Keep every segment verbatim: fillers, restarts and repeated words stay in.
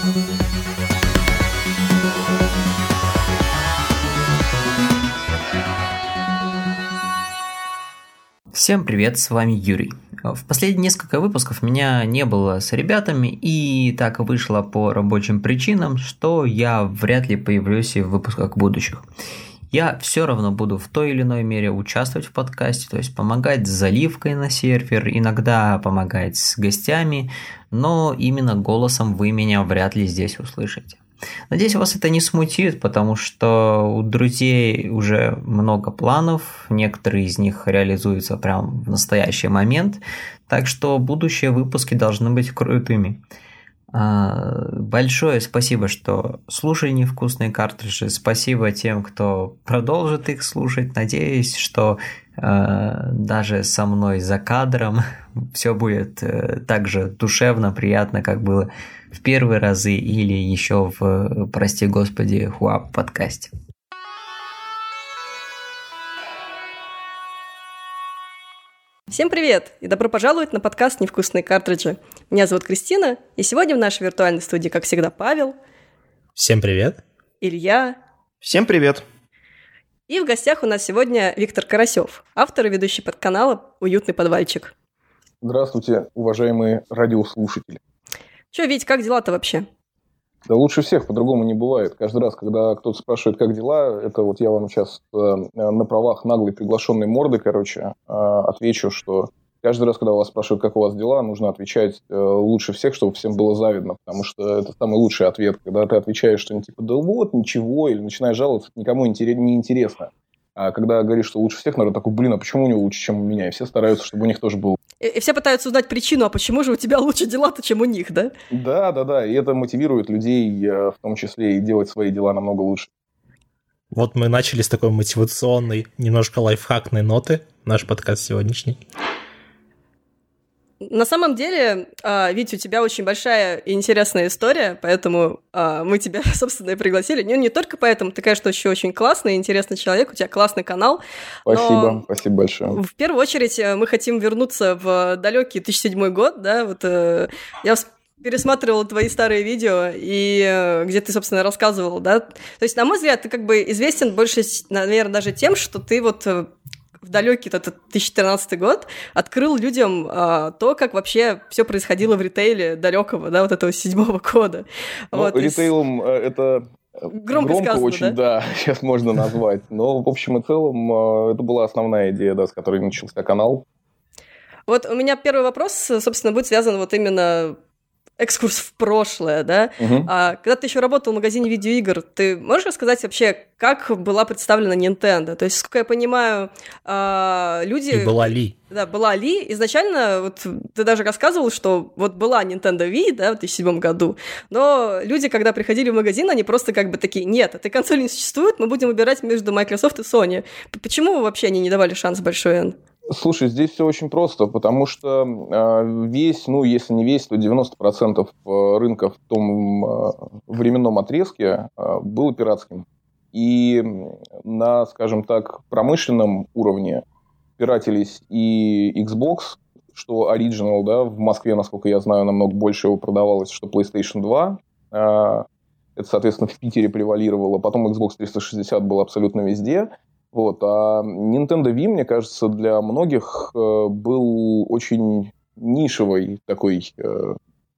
Всем привет, с вами Юрий. В последние несколько выпусков меня не было с ребятами, и так вышло по рабочим причинам, что я вряд ли появлюсь и в выпусках будущих. Я все равно буду в той или иной мере участвовать в подкасте, то есть помогать с заливкой на сервер, иногда помогать с гостями, но именно голосом вы меня вряд ли здесь услышите. Надеюсь, вас это не смутит, потому что у друзей уже много планов, некоторые из них реализуются прямо в настоящий момент, так что будущие выпуски должны быть крутыми. Большое спасибо, что слушали невкусные картриджи, спасибо тем, кто продолжит их слушать, надеюсь, что э, даже со мной за кадром все будет э, так же душевно, приятно, как было в первые разы или еще в, прости господи, Хуап подкасте. Всем привет и добро пожаловать на подкаст «Невкусные картриджи». Меня зовут Кристина, и сегодня в нашей виртуальной студии, как всегда, Павел. Всем привет. Илья. Всем привет. И в гостях у нас сегодня Виктор Карасев, автор и ведущий подканала «Уютный подвальчик». Здравствуйте, уважаемые радиослушатели. Чё, Вить, как дела-то вообще? Да лучше всех, по-другому не бывает. Каждый раз, когда кто-то спрашивает, как дела, это вот я вам сейчас э, на правах наглой приглашенной морды, короче, э, отвечу, что каждый раз, когда вас спрашивают, как у вас дела, нужно отвечать э, лучше всех, чтобы всем было завидно, потому что это самый лучший ответ. Когда ты отвечаешь что-нибудь типа, да вот, ничего, или начинаешь жаловаться, никому интерес, не интересно. А когда говоришь, что лучше всех, народ такой, блин, а почему у него лучше, чем у меня? И все стараются, чтобы у них тоже было. И, и все пытаются узнать причину, а почему же у тебя лучше дела-то, чем у них, да? Да, да, да, и это мотивирует людей, в том числе, и делать свои дела намного лучше. Вот мы начали с такой мотивационной, немножко лайфхакной ноты, наш подкаст сегодняшний. На самом деле, Вить, у тебя очень большая и интересная история, поэтому мы тебя, собственно, и пригласили. Ну, не только поэтому, ты, конечно, еще очень классный и интересный человек, у тебя классный канал. Спасибо, спасибо большое. В первую очередь мы хотим вернуться в далекий две тысячи седьмой год, да, вот я пересматривала твои старые видео, и где ты, собственно, рассказывал, да. То есть, на мой взгляд, ты как бы известен больше, наверное, даже тем, что ты вот в далекий этот две тысячи тринадцатый год открыл людям а, то, как вообще все происходило в ритейле далекого, да, вот этого седьмого года. Ну, вот, ритейлом и... это громко, громко сказано, очень, да? да, сейчас можно назвать. Но, в общем и целом, это была основная идея, да, с которой начался канал. Вот у меня первый вопрос, собственно, будет связан вот именно... экскурс в прошлое, да? Угу. А, когда ты еще работал в магазине видеоигр, ты можешь рассказать вообще, как была представлена Nintendo? То есть, сколько я понимаю, а, люди... И была ли? Да, была ли. Изначально, вот ты даже рассказывал, что вот была Nintendo Wii, да, в две тысячи седьмом году, но люди, когда приходили в магазин, они просто как бы такие, нет, этой консоли не существует, мы будем выбирать между Microsoft и Sony. Почему вообще они не давали шанс большой N? Слушай, здесь все очень просто, потому что э, весь, ну, если не весь, то девяносто процентов рынка в том э, временном отрезке э, было пиратским. И на, скажем так, промышленном уровне пиратились и Xbox, что Original, да, в Москве, насколько я знаю, намного больше его продавалось, что PlayStation два. Э, это, соответственно, в Питере превалировало. Потом Xbox триста шестьдесят был абсолютно везде. Вот. А Nintendo Wii, мне кажется, для многих э, был очень нишевой такой э,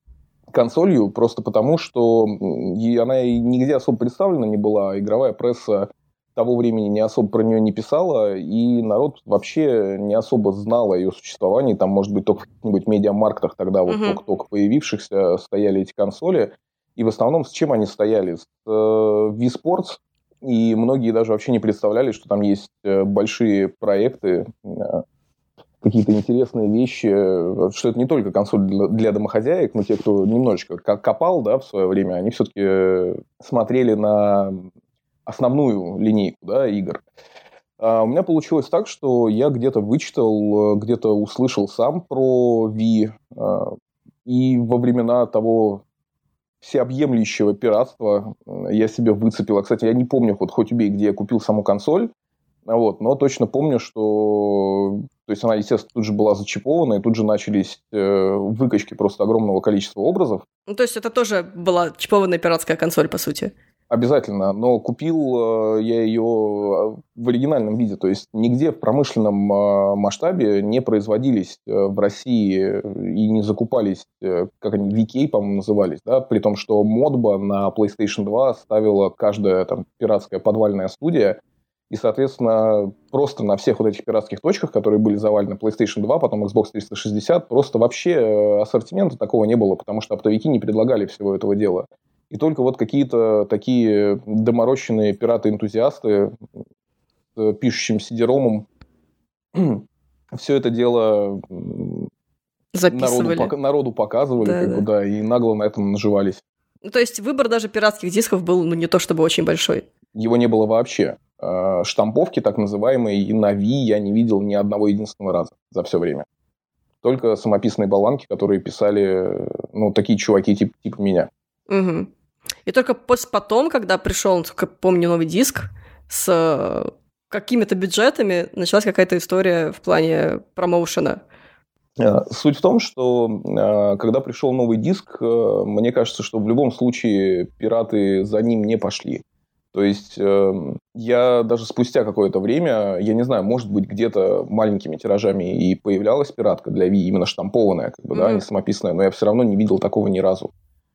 консолью, просто потому, что и она и нигде особо представлена не была, игровая пресса того времени не особо про нее не писала, и народ вообще не особо знал о ее существовании. Там, может быть, только в каких-нибудь медиамарктах тогда вот uh-huh. только-только появившихся стояли эти консоли. И в основном с чем они стояли? С э, Wii Sports. И многие даже вообще не представляли, что там есть большие проекты, какие-то интересные вещи, что это не только консоль для, для домохозяек, но те, кто немножечко копал, да, в свое время, они все-таки смотрели на основную линейку, да, игр. А у меня получилось так, что я где-то вычитал, где-то услышал сам про Wii, и во времена того всеобъемлющего пиратства я себе выцепил. Кстати, я не помню, вот хоть убей, где я купил саму консоль, Вот. Но точно помню, что... То есть она, естественно, тут же была зачипована, и тут же начались э, выкачки просто огромного количества образов. Ну, то есть это тоже была чипованная пиратская консоль, по сути? Обязательно, но купил э, я ее в оригинальном виде. То есть нигде в промышленном э, масштабе не производились э, в России и не закупались, э, как они, ви кей, по-моему, назывались, да? При том, что Модба на PlayStation два ставила каждая там пиратская подвальная студия. И, соответственно, просто на всех вот этих пиратских точках, которые были завалены PlayStation два, потом Xbox триста шестьдесят, просто вообще ассортимента такого не было, потому что оптовики не предлагали всего этого дела. И только вот какие-то такие доморощенные пираты-энтузиасты с пишущим сидеромом все это дело народу, народу показывали, да, как да. бы, да, и нагло на этом наживались. Ну, то есть выбор даже пиратских дисков был, ну, не то чтобы очень большой. Его не было вообще. Штамповки, так называемые, и на Ви я не видел ни одного единственного раза за все время. Только самописные болванки, которые писали, ну, такие чуваки типа, типа меня. Угу. И только потом, когда пришел, как помню, новый диск с какими-то бюджетами, началась какая-то история в плане промоушена. Суть в том, что когда пришел новый диск, мне кажется, что в любом случае пираты за ним не пошли. То есть я даже спустя какое-то время, я не знаю, может быть, где-то маленькими тиражами и появлялась пиратка для Ви, именно штампованная, как бы, mm-hmm. да, не самописная, но я все равно не видел такого ни разу.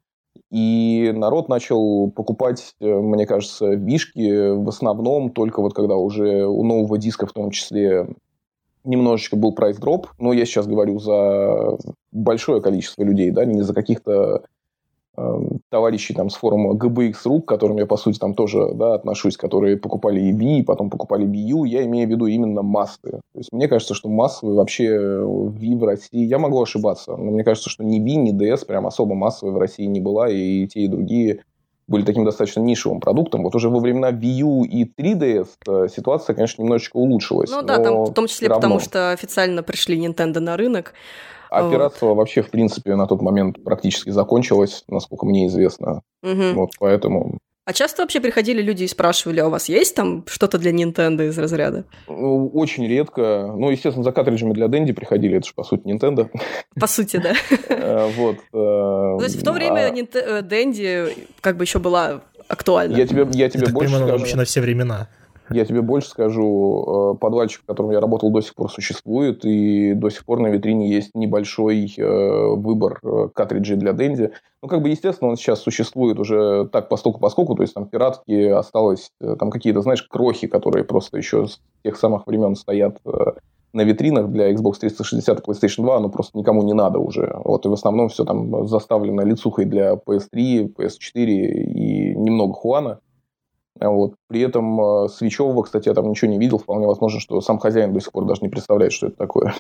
И народ начал покупать, мне кажется, вишки в основном только вот когда уже у нового диска в том числе немножечко был прайс-дроп. Но я сейчас говорю за большое количество людей, да, не за каких-то э, товарищей там с форума джи би экс точка ру, к которым я, по сути, там тоже, да, отношусь, которые покупали и Ви, потом покупали Ви Ю. Я имею в виду именно массы. То есть мне кажется, что массовые вообще Ви в России... Я могу ошибаться, но мне кажется, что ни Ви, ни ди эс прям особо массовой в России не была, и те, и другие были таким достаточно нишевым продуктом. Вот уже во времена Ви Ю и три ди эс ситуация, конечно, немножечко улучшилась. Ну да, там в том числе потому, что официально пришли Nintendo на рынок. А пиратство вот. вообще, в принципе, на тот момент практически закончилось, насколько мне известно. Угу. Вот поэтому... А часто вообще приходили люди и спрашивали, а у вас есть там что-то для Nintendo из разряда? Ну, очень редко. Ну, естественно, за картриджами для Денди приходили, это же, по сути, Nintendo. По сути, да. Вот. То есть в то время Денди как бы еще была актуальна. Я тебе больше скажу. Вообще на все времена. Я тебе больше скажу, подвальчик, в котором я работал, до сих пор существует, и до сих пор на витрине есть небольшой выбор картриджей для Денди. Ну, как бы, естественно, он сейчас существует уже так постольку-поскольку, то есть там пиратки осталось, там какие-то, знаешь, крохи, которые просто еще с тех самых времен стоят на витринах для Xbox триста шестьдесят и PlayStation два, оно просто никому не надо уже. Вот, и в основном все там заставлено лицухой для пи эс три, пи эс четыре и немного Хуана. Вот. При этом э, свитчевого, кстати, я там ничего не видел. Вполне возможно, что сам хозяин до сих пор даже не представляет, что это такое.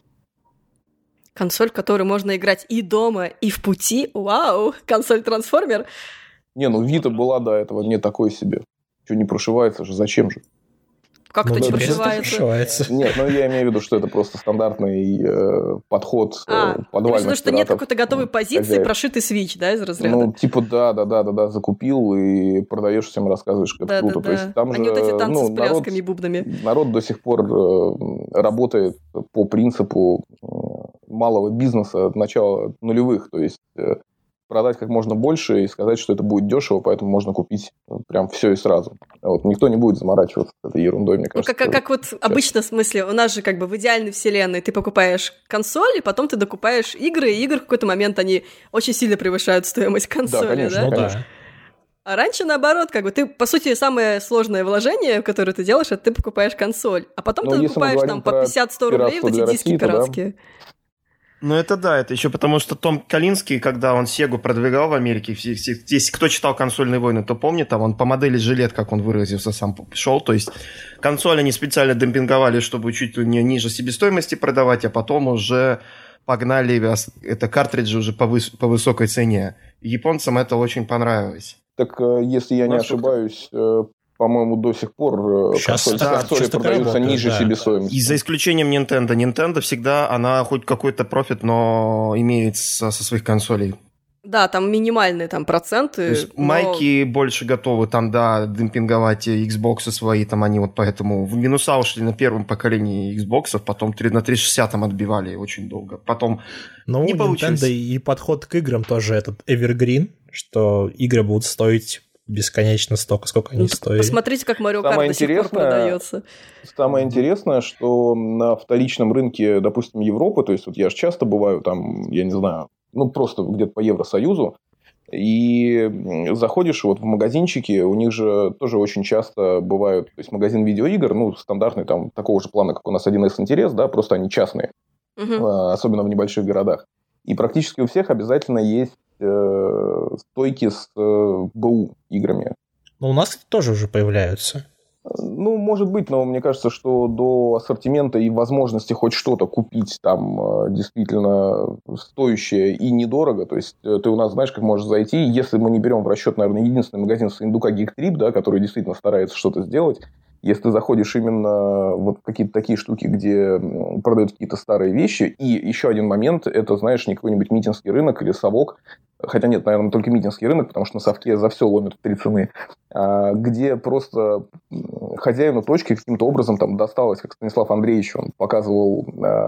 Консоль, в которой можно играть и дома, и в пути. Вау! Консоль-трансформер. Не, ну Vita была до этого не такой себе. Что не прошивается же, зачем же? Как ну, это да, не прошивается? прошивается? Нет, ну я имею в виду, что это просто стандартный э, подход а, э, подвальных пиратов. Что нет какой-то готовой позиции, хозяев. Прошитый свич, да, из разряда? Ну, типа, да, да, да, да, да, закупил и продаешь всем, рассказываешь, как да, круто. Да, То есть, там Они же, вот эти танцы ну, с плясками народ, и бубнами. Народ до сих пор э, работает по принципу э, малого бизнеса от начала нулевых. То есть, э, продать как можно больше и сказать, что это будет дешево, поэтому можно купить прям все и сразу. Вот. Никто не будет заморачиваться с этой ерундой, мне кажется. Ну, как, как вот сейчас. Обычно, в смысле, у нас же как бы в идеальной вселенной ты покупаешь консоль, и потом ты докупаешь игры, и игры в какой-то момент, они очень сильно превышают стоимость консоли, да? Конечно, да? Ну, конечно. да. А раньше, наоборот, как бы ты, по сути, самое сложное вложение, которое ты делаешь, это ты покупаешь консоль, а потом Но ты покупаешь там по пятьдесят-сто рублей вот эти диски России, пиратские. Да. Ну, это да, это еще потому, что Том Калинский, когда он Сегу продвигал в Америке, здесь кто читал «Консольные войны», то помнит, там он по модели жилет, как он выразился, сам шел, то есть консоль они специально демпинговали, чтобы чуть ли не ниже себестоимости продавать, а потом уже погнали это картриджи уже по, выс- по высокой цене. Японцам это очень понравилось. Так, если я не ошибаюсь... По-моему, до сих пор сейчас, консоли, да, консоли продаются работает, ниже да. себестоимости. И за исключением Nintendo. Nintendo всегда, она хоть какой-то профит, но имеет со, со своих консолей. Да, там минимальные там проценты. То есть но... майки больше готовы там, да, демпинговать Xbox свои, там они вот поэтому в минуса ушли на первом поколении Xbox, потом на триста шестьдесят там отбивали очень долго. Потом ну, не получилось. Nintendo и подход к играм тоже этот evergreen, что игры будут стоить бесконечно столько, сколько они стоили. Посмотрите, как Mario Kart до сих пор продается. Самое интересное, что на вторичном рынке, допустим, Европы, то есть вот я же часто бываю там, я не знаю, ну просто где-то по Евросоюзу, и заходишь вот в магазинчики, у них же тоже очень часто бывают, то есть магазин видеоигр, ну стандартный там такого же плана, как у нас один эс интерес, да, просто они частные, угу. особенно в небольших городах. И практически у всех обязательно есть э, стойки с э, БУ играми. Ну, у нас тоже уже появляются. Ну, может быть, но мне кажется, что до ассортимента и возможности хоть что-то купить там действительно стоящее и недорого, то есть ты у нас знаешь, как можешь зайти, если мы не берем в расчет, наверное, единственный магазин с Индука Geektrip, да, который действительно старается что-то сделать, если ты заходишь именно вот в какие-то такие штуки, где продают какие-то старые вещи, и еще один момент, это, знаешь, не какой-нибудь митинский рынок или совок, хотя нет, наверное, только митинский рынок, потому что на совке за все ломят в три цены, где просто хозяину точки каким-то образом там досталось, как Станислав Андреевич, он показывал,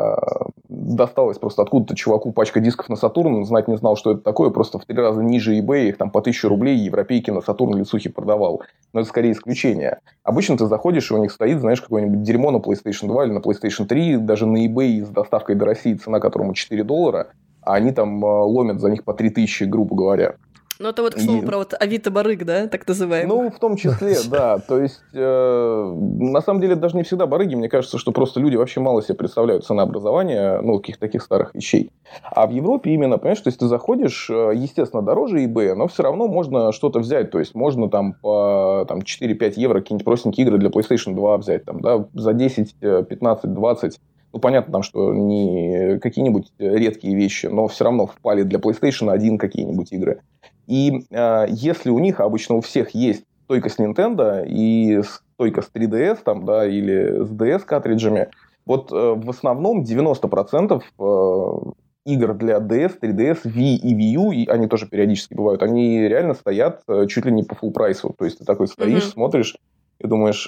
досталось просто откуда-то чуваку пачка дисков на Сатурн, он знать не знал, что это такое, просто в три раза ниже eBay, их там по тысяче рублей европейки на Сатурн лицухи продавал. Но это скорее исключение. Обычно ты заходишь, и у них стоит, знаешь, какое-нибудь дерьмо на PlayStation два или на PlayStation три, даже на eBay с доставкой до России, цена которому четыре доллара, а они там ломят за них по три тысячи, грубо говоря. Ну, это вот, к слову, и... про вот Авито-барыг, да, так называемый? Ну, в том числе, да. То есть, э, на самом деле, даже не всегда барыги. Мне кажется, что просто люди вообще мало себе представляют ценообразование, ну, каких-то таких старых вещей. А в Европе именно, понимаешь, то есть, ты заходишь, естественно, дороже eBay, но все равно можно что-то взять. То есть, можно там по там, четыре-пять евро какие-нибудь простенькие игры для PlayStation два взять, там, да, за десять, пятнадцать, двадцать. Ну, понятно, там, что не какие-нибудь редкие вещи, но все равно впали для PlayStation один какие-нибудь игры. И э, если у них, обычно у всех есть стойка с Nintendo и стойка с три ди эс там, да, или с ди эс-картриджами, вот э, в основном девяносто процентов э, игр для ди эс, три ди эс, Wii и Wii U, и они тоже периодически бывают, они реально стоят э, чуть ли не по full прайсу. То есть, ты такой стоишь, mm-hmm. смотришь и думаешь...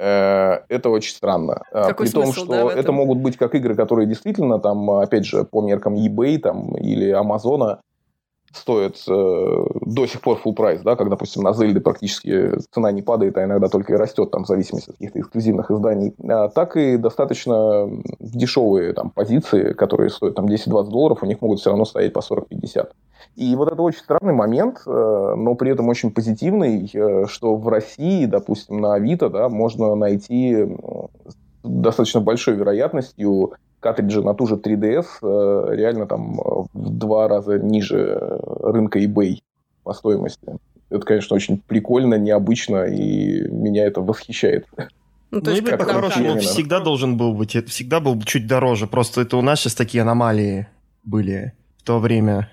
Это очень странно. Какой При том, смысл, что да, это могут быть как игры, которые действительно, там, опять же, по меркам eBay там, или Амазона стоят э, до сих пор full прайс, да, как, допустим, на Зельде практически цена не падает, а иногда только и растет, там, в зависимости от каких-то эксклюзивных изданий, а, так и достаточно дешевые там, позиции, которые стоят там, десять-двадцать долларов, у них могут все равно стоять по сорок-пятьдесят. И вот это очень странный момент, э, но при этом очень позитивный, э, что в России, допустим, на Авито, да, можно найти э, достаточно большой вероятностью картриджи на ту же три ди эс э, реально там в два раза ниже рынка eBay по стоимости. Это, конечно, очень прикольно, необычно, и меня это восхищает. Ну, то есть, ну, по-хорошему, всегда должен был быть, всегда был чуть дороже, просто это у нас сейчас такие аномалии были в то время.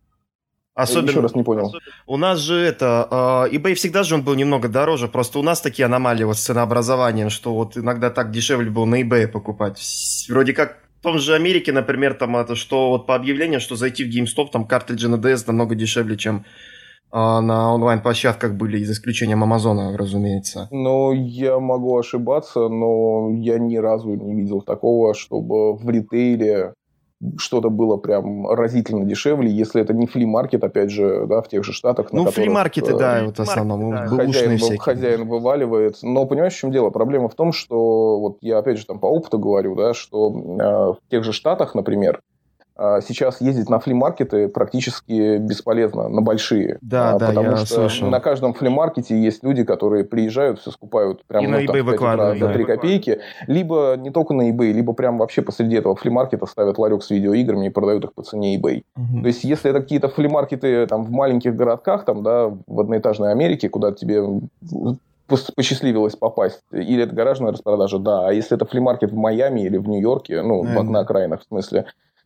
Особенно, Еще раз не понял. У нас же это... Э, eBay всегда же он был немного дороже, просто у нас такие аномалии вот с ценообразованием, что вот иногда так дешевле было на eBay покупать. Вроде как в том же Америке, например, там это, что вот по объявлению, что зайти в GameStop, там картриджи на ди эс намного дешевле, чем э, на онлайн-площадках были, за исключением Амазона, разумеется. Ну, я могу ошибаться, но я ни разу не видел такого, чтобы в ритейле что-то было прям разительно дешевле, если это не фли-маркет, опять же, да, в тех же штатах. Ну, фли-маркеты, э, да, вот в основном, да, хозяин, всякие. Хозяин вываливает. Но понимаешь, в чем дело? Проблема в том, что, вот я опять же там по опыту говорю, да, что э, в тех же штатах, например, э, сейчас ездить на фли-маркеты практически бесполезно, на большие. Да, а, да, потому я что слышал. На каждом фли-маркете есть люди, которые приезжают, все скупают прямо ну, там, за три копейки. Либо не только на eBay, либо прям вообще посреди этого фли-маркета ставят ларек с видеоиграми и продают их по цене eBay. Угу. То есть, если это какие-то фли-маркеты там, в маленьких городках, там, да, в одноэтажной Америке, куда тебе посчастливилось попасть, или это гаражная распродажа, да, а если это фли-маркет в Майами или в Нью-Йорке, ну, mm. на окраинах в смысле,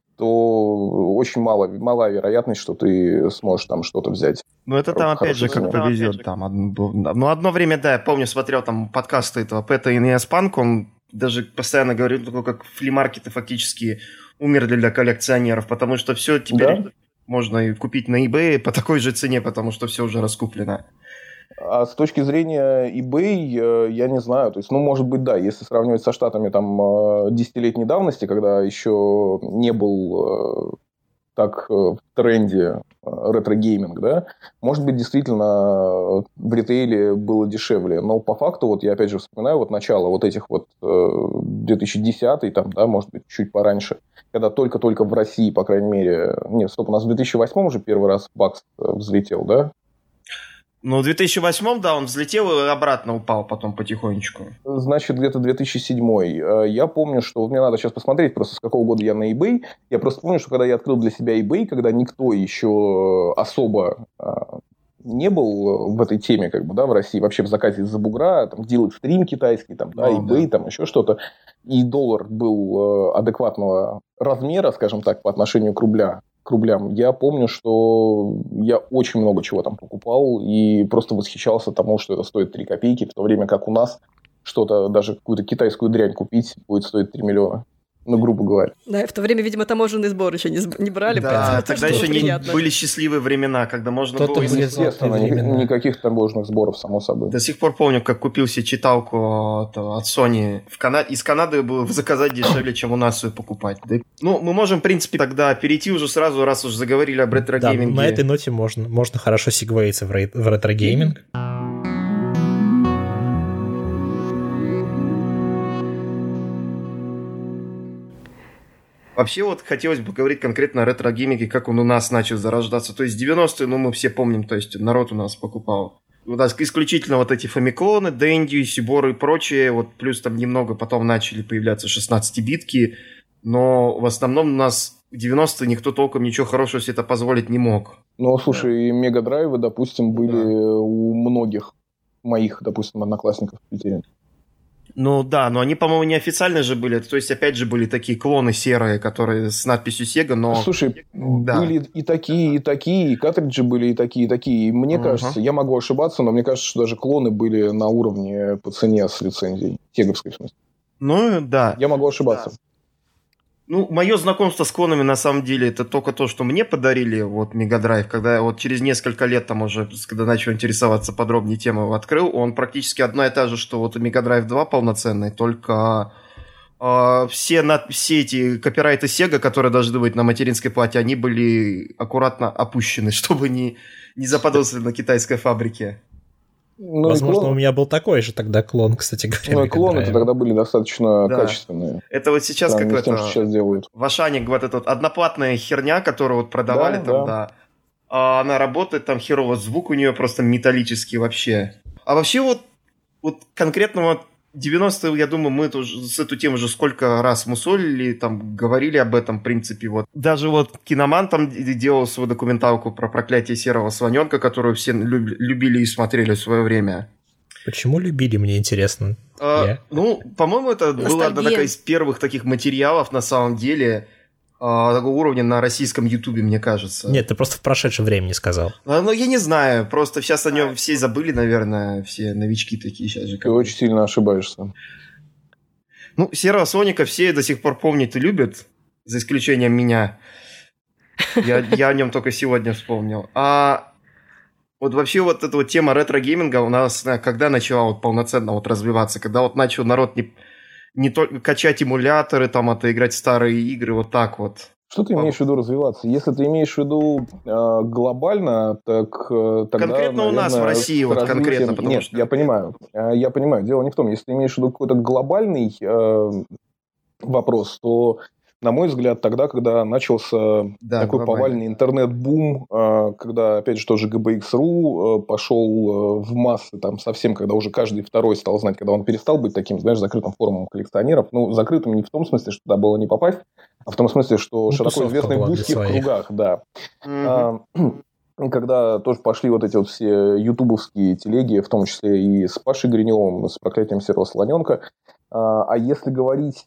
то очень мало, малая вероятность, что ты сможешь там что-то взять. Ну, это там, опять же, как повезет. Там, ну, одно время, да, я помню, смотрел там подкасты этого Пэта и Неас Панк, он даже постоянно говорил, как фли-маркеты фактически умерли для коллекционеров, потому что все теперь... Да? можно и купить на eBay по такой же цене, потому что все уже раскуплено. А с точки зрения eBay, я не знаю. То есть, ну, может быть, да, если сравнивать со Штатами там десятилетней давности, когда еще не был так в тренде ретро-гейминг, да, может быть, действительно в ритейле было дешевле. Но по факту, вот я опять же вспоминаю вот начало вот этих вот две тысячи десятый, там, да, может быть, чуть пораньше, когда только-только в России, по крайней мере, нет, стоп, у нас в две тысячи восьмом уже первый раз бакс взлетел, да? Ну, в две тысячи восьмом, да, он взлетел и обратно упал потом потихонечку. Значит, где-то две тысячи седьмой. Я помню, что... Мне надо сейчас посмотреть просто, с какого года я на eBay. Я просто помню, что когда я открыл для себя eBay, когда никто еще особо не был в этой теме, как бы, да, в России, вообще в закате из-за бугра, там, Deal Extreme китайский, там, да, eBay, да. Там, еще что-то, и доллар был адекватного размера, скажем так, по отношению к рубля, к рублям, я помню, что я очень много чего там покупал и просто восхищался тому, что это стоит три копейки, в то время как у нас что-то, даже какую-то китайскую дрянь купить будет стоить три миллиона. Ну, грубо говоря. Да, и в то время, видимо, таможенный сбор еще не, не брали. Да, тогда еще не были счастливые времена, когда можно Кто-то было... Естественно, никаких таможенных сборов, само собой. До сих пор помню, как купил себе читалку от, от Sony. В Кана... Из Канады было заказать дешевле, чем у нас ее покупать. Да? Ну, мы можем, в принципе, тогда перейти уже сразу, раз уж заговорили об ретро-гейминге. Да, на этой ноте можно, можно хорошо сегвеиться в, ре... в ретро-гейминг. Вообще вот хотелось бы говорить конкретно о ретро-гейминге, как он у нас начал зарождаться. То есть девяностые, ну, мы все помним, то есть народ у нас покупал. У нас исключительно вот эти фамиконы, Денди, Сиборы и прочее. Вот плюс там немного потом начали появляться шестнадцатибитки. Но в основном у нас в девяностые никто толком ничего хорошего себе это позволить не мог. Ну, слушай, и мегадрайвы, допустим, были да. у многих моих, допустим, одноклассников в Питере. Ну да, но они, по-моему, неофициальные же были. То есть, опять же, были такие клоны серые, которые с надписью Sega, но... Слушай, да. были и такие, и такие, и картриджи были и такие, и такие. И мне uh-huh. кажется, я могу ошибаться, но мне кажется, что даже клоны были на уровне по цене с лицензией. Сеговской, в смысле. Ну, да. Я могу ошибаться. Да. Ну, мое знакомство с клонами, на самом деле, это только то, что мне подарили, вот, Мегадрайв, когда я вот через несколько лет, там уже, когда начал интересоваться подробнее темой, открыл, он практически одна и та же, что вот Мегадрайв два полноценный, только э, все, на, все эти копирайты Sega, которые должны быть на материнской плате, они были аккуратно опущены, чтобы не, не заподозрили на китайской фабрике. Ну, возможно, клон... у меня был такой же тогда клон, кстати говоря. Ну, клоны-то тогда были достаточно да. качественные. Это вот сейчас как это... Тем, что сейчас делают. В Ашане вот эта вот одноплатная херня, которую вот продавали да, там, да. да. А она работает, там херово звук у нее просто металлический вообще. А вообще вот, вот конкретно вот девяностые, я думаю, мы тоже с эту тему уже сколько раз мусолили, там, говорили об этом, в принципе, вот. Даже вот Киноман там делал свою документалку про проклятие серого слоненка, которую все люб- любили и смотрели в свое время. Почему любили, мне интересно. А, я... Ну, по-моему, это была одна такая из первых таких материалов, на самом деле, такого уровня на российском Ютубе, мне кажется. Нет, ты просто в прошедшем времени сказал. А, ну, я не знаю, просто сейчас о нем все забыли, наверное, все новички такие сейчас же. Ты очень сильно ошибаешься. Ну, Серого Соника все до сих пор помнят и любят, за исключением меня. Я, я о нем только сегодня вспомнил. А вот вообще вот эта вот тема ретро-гейминга у нас когда начала вот полноценно вот развиваться? Когда вот начал народ не... не только качать эмуляторы, там, отыграть старые игры, вот так вот. Что ты имеешь в виду развиваться? Если ты имеешь в виду э, глобально, так э, тогда, конкретно наверное, у нас в России, вот развитием... конкретно, потому Нет, что... я понимаю. Я понимаю. Дело не в том. Если ты имеешь в виду какой-то глобальный э, вопрос, то, на мой взгляд, тогда, когда начался да, такой глобально. повальный интернет-бум, э, когда, опять же, тоже джи би икс точка ру э, пошел э, в массы, там, совсем, когда уже каждый второй стал знать, когда он перестал быть таким, знаешь, закрытым форумом коллекционеров. Ну, закрытым не в том смысле, что туда было не попасть, а в том смысле, что ну, широко известный в узких кругах, да. Mm-hmm. А, когда тоже пошли вот эти вот все ютубовские телеги, в том числе и с Пашей Гриневым, с проклятием серого слоненка. А, а если говорить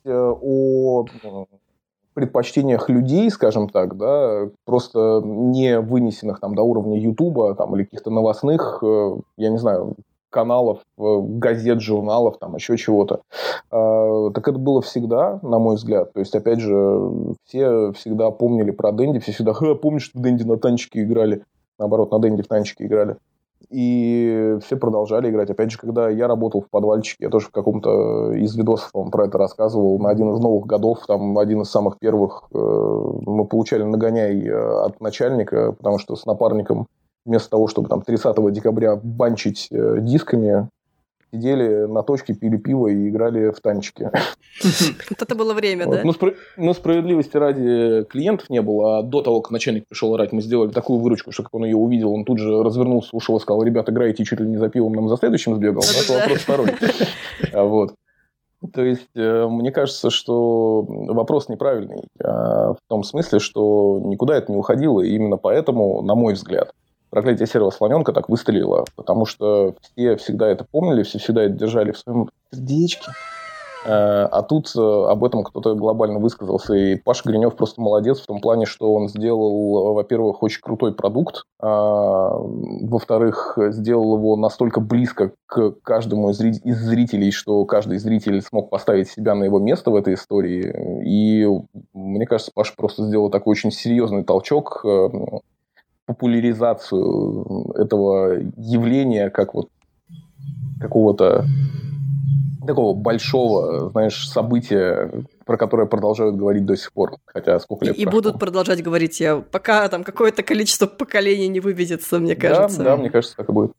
о предпочтениях людей, скажем так, да, просто не вынесенных там до уровня Ютуба там, или каких-то новостных, я не знаю, каналов, газет, журналов, там еще чего-то. Так это было всегда, на мой взгляд. То есть, опять же, все всегда помнили про Денди, все всегда, ха, помнишь, что Денди на танчике играли? Наоборот, на Денди в танчике играли. И все продолжали играть. Опять же, когда я работал в подвальчике, я тоже в каком-то из видосов вам про это рассказывал, на один из новых годов, там один из самых первых, мы получали нагоняй от начальника, потому что с напарником вместо того, чтобы там тридцатого декабря банчить дисками, сидели на точке, пили пиво и играли в танчики. Вот это было время, да? Ну, спро- ну, справедливости ради клиентов не было, а до того, как начальник пришел орать, мы сделали такую выручку, что как он ее увидел, он тут же развернулся, ушел и сказал, ребята, играете чуть ли не за пивом, нам за следующим сбегал. Но это вопрос второй. Вот. То есть, мне кажется, что вопрос неправильный. В том смысле, что никуда это не уходило, и именно поэтому, на мой взгляд, проклятие серого слоненка так выстрелило, потому что все всегда это помнили, все всегда это держали в своем сердечке. А тут об этом кто-то глобально высказался, и Паша Гринев просто молодец в том плане, что он сделал, во-первых, очень крутой продукт, а, во-вторых, сделал его настолько близко к каждому из зрителей, что каждый зритель смог поставить себя на его место в этой истории, и мне кажется, Паша просто сделал такой очень серьезный толчок, популяризацию этого явления как вот какого-то такого большого, знаешь, события, про которое продолжают говорить до сих пор, хотя сколько лет И, и будут продолжать говорить, я, пока там какое-то количество поколений не выведется, мне кажется. Да, да, мне кажется, так и будет.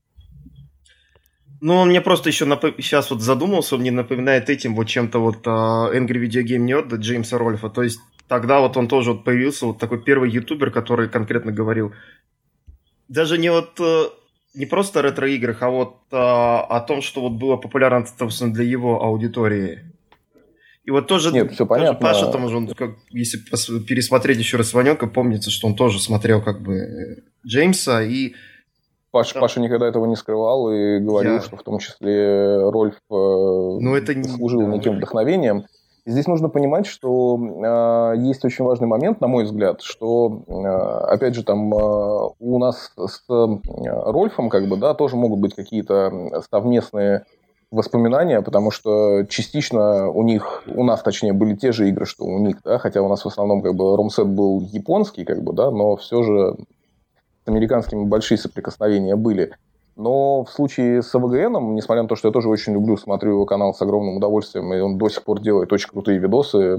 Ну, он мне просто еще нап... сейчас вот задумался, он мне напоминает этим вот чем-то вот uh, Angry Video Game Nerd Джеймса Рольфа, то есть тогда вот он тоже вот появился, вот такой первый ютубер, который конкретно говорил даже не вот не просто о ретро-играх, а вот а, о том, что вот было популярно, собственно, для его аудитории. И вот тоже, Нет, все тоже понятно. Паша, там уже, он, как, если пересмотреть еще раз Ванёнка, помнится, что он тоже смотрел как бы Джеймса и... Паша, да. Паша никогда этого не скрывал и говорил, Я... что в том числе Рольф ну, это не... служил да, неким вдохновением. Здесь нужно понимать, что э, есть очень важный момент, на мой взгляд, что, э, опять же, там э, у нас с э, Рольфом, как бы, да, тоже могут быть какие-то совместные воспоминания, потому что частично у них, у нас, точнее, были те же игры, что у них, да, хотя у нас в основном, как бы, ром-сет был японский, как бы, да, но все же с американскими большие соприкосновения были. Но в случае с АВГНом, несмотря на то, что я тоже очень люблю, смотрю его канал с огромным удовольствием, и он до сих пор делает очень крутые видосы,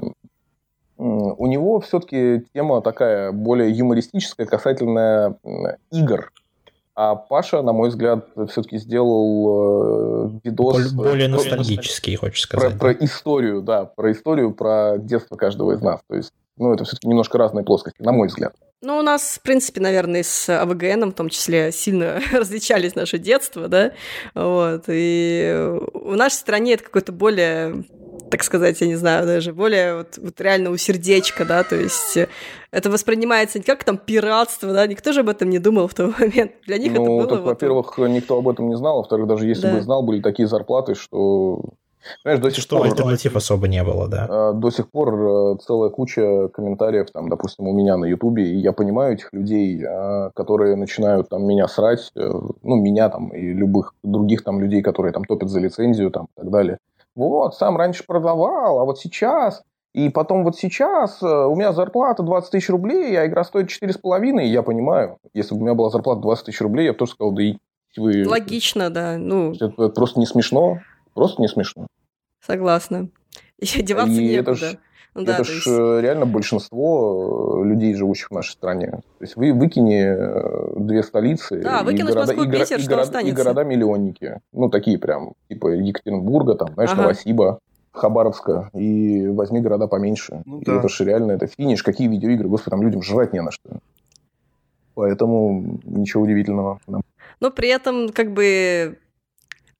у него все-таки тема такая более юмористическая касательно игр. А Паша, на мой взгляд, все-таки сделал видос... Более ностальгический, хочешь сказать. Про, про историю, да, про историю, про детство каждого из нас. То есть, ну, это все-таки немножко разные плоскости, на мой взгляд. Ну, у нас, в принципе, наверное, с АВГНом в том числе сильно различались наше детство, да, вот, и в нашей стране это какое-то более, так сказать, я не знаю, даже более вот, вот реально у сердечка, да, то есть это воспринимается не как там пиратство, да, никто же об этом не думал в тот момент, для них ну, это было... Так, вот, во-первых, никто об этом не знал, во-вторых, даже если да. бы знал, были такие зарплаты, что... Понимаешь, до сих что пор, альтернатив особо не было, да. До сих пор целая куча комментариев, там, допустим, у меня на Ютубе, и я понимаю этих людей, которые начинают там меня срать, ну, меня там и любых других там людей, которые там топят за лицензию там и так далее. Вот, сам раньше продавал, а вот сейчас... И потом вот сейчас у меня зарплата двадцать тысяч рублей, а игра стоит четыре с половиной, я понимаю. Если бы у меня была зарплата двадцать тысяч рублей, я бы тоже сказал, да и вы... Логично, да. Ну... Это просто не смешно. Просто не смешно. Согласна. И деваться и некуда. Это ж, ну, да, это ж есть... реально большинство людей, живущих в нашей стране. То есть вы выкини две столицы. Да, выкинуть и города, Москву, и, Питер, и, что города, останется? И города-миллионники. Ну, такие прям, типа Екатеринбурга, там, знаешь, ага. Новосиба, Хабаровска. И возьми города поменьше. Ну, да. Это ж реально, это финиш. Какие видеоигры? Господи, там людям жрать не на что. Поэтому ничего удивительного. Да. Но при этом, как бы...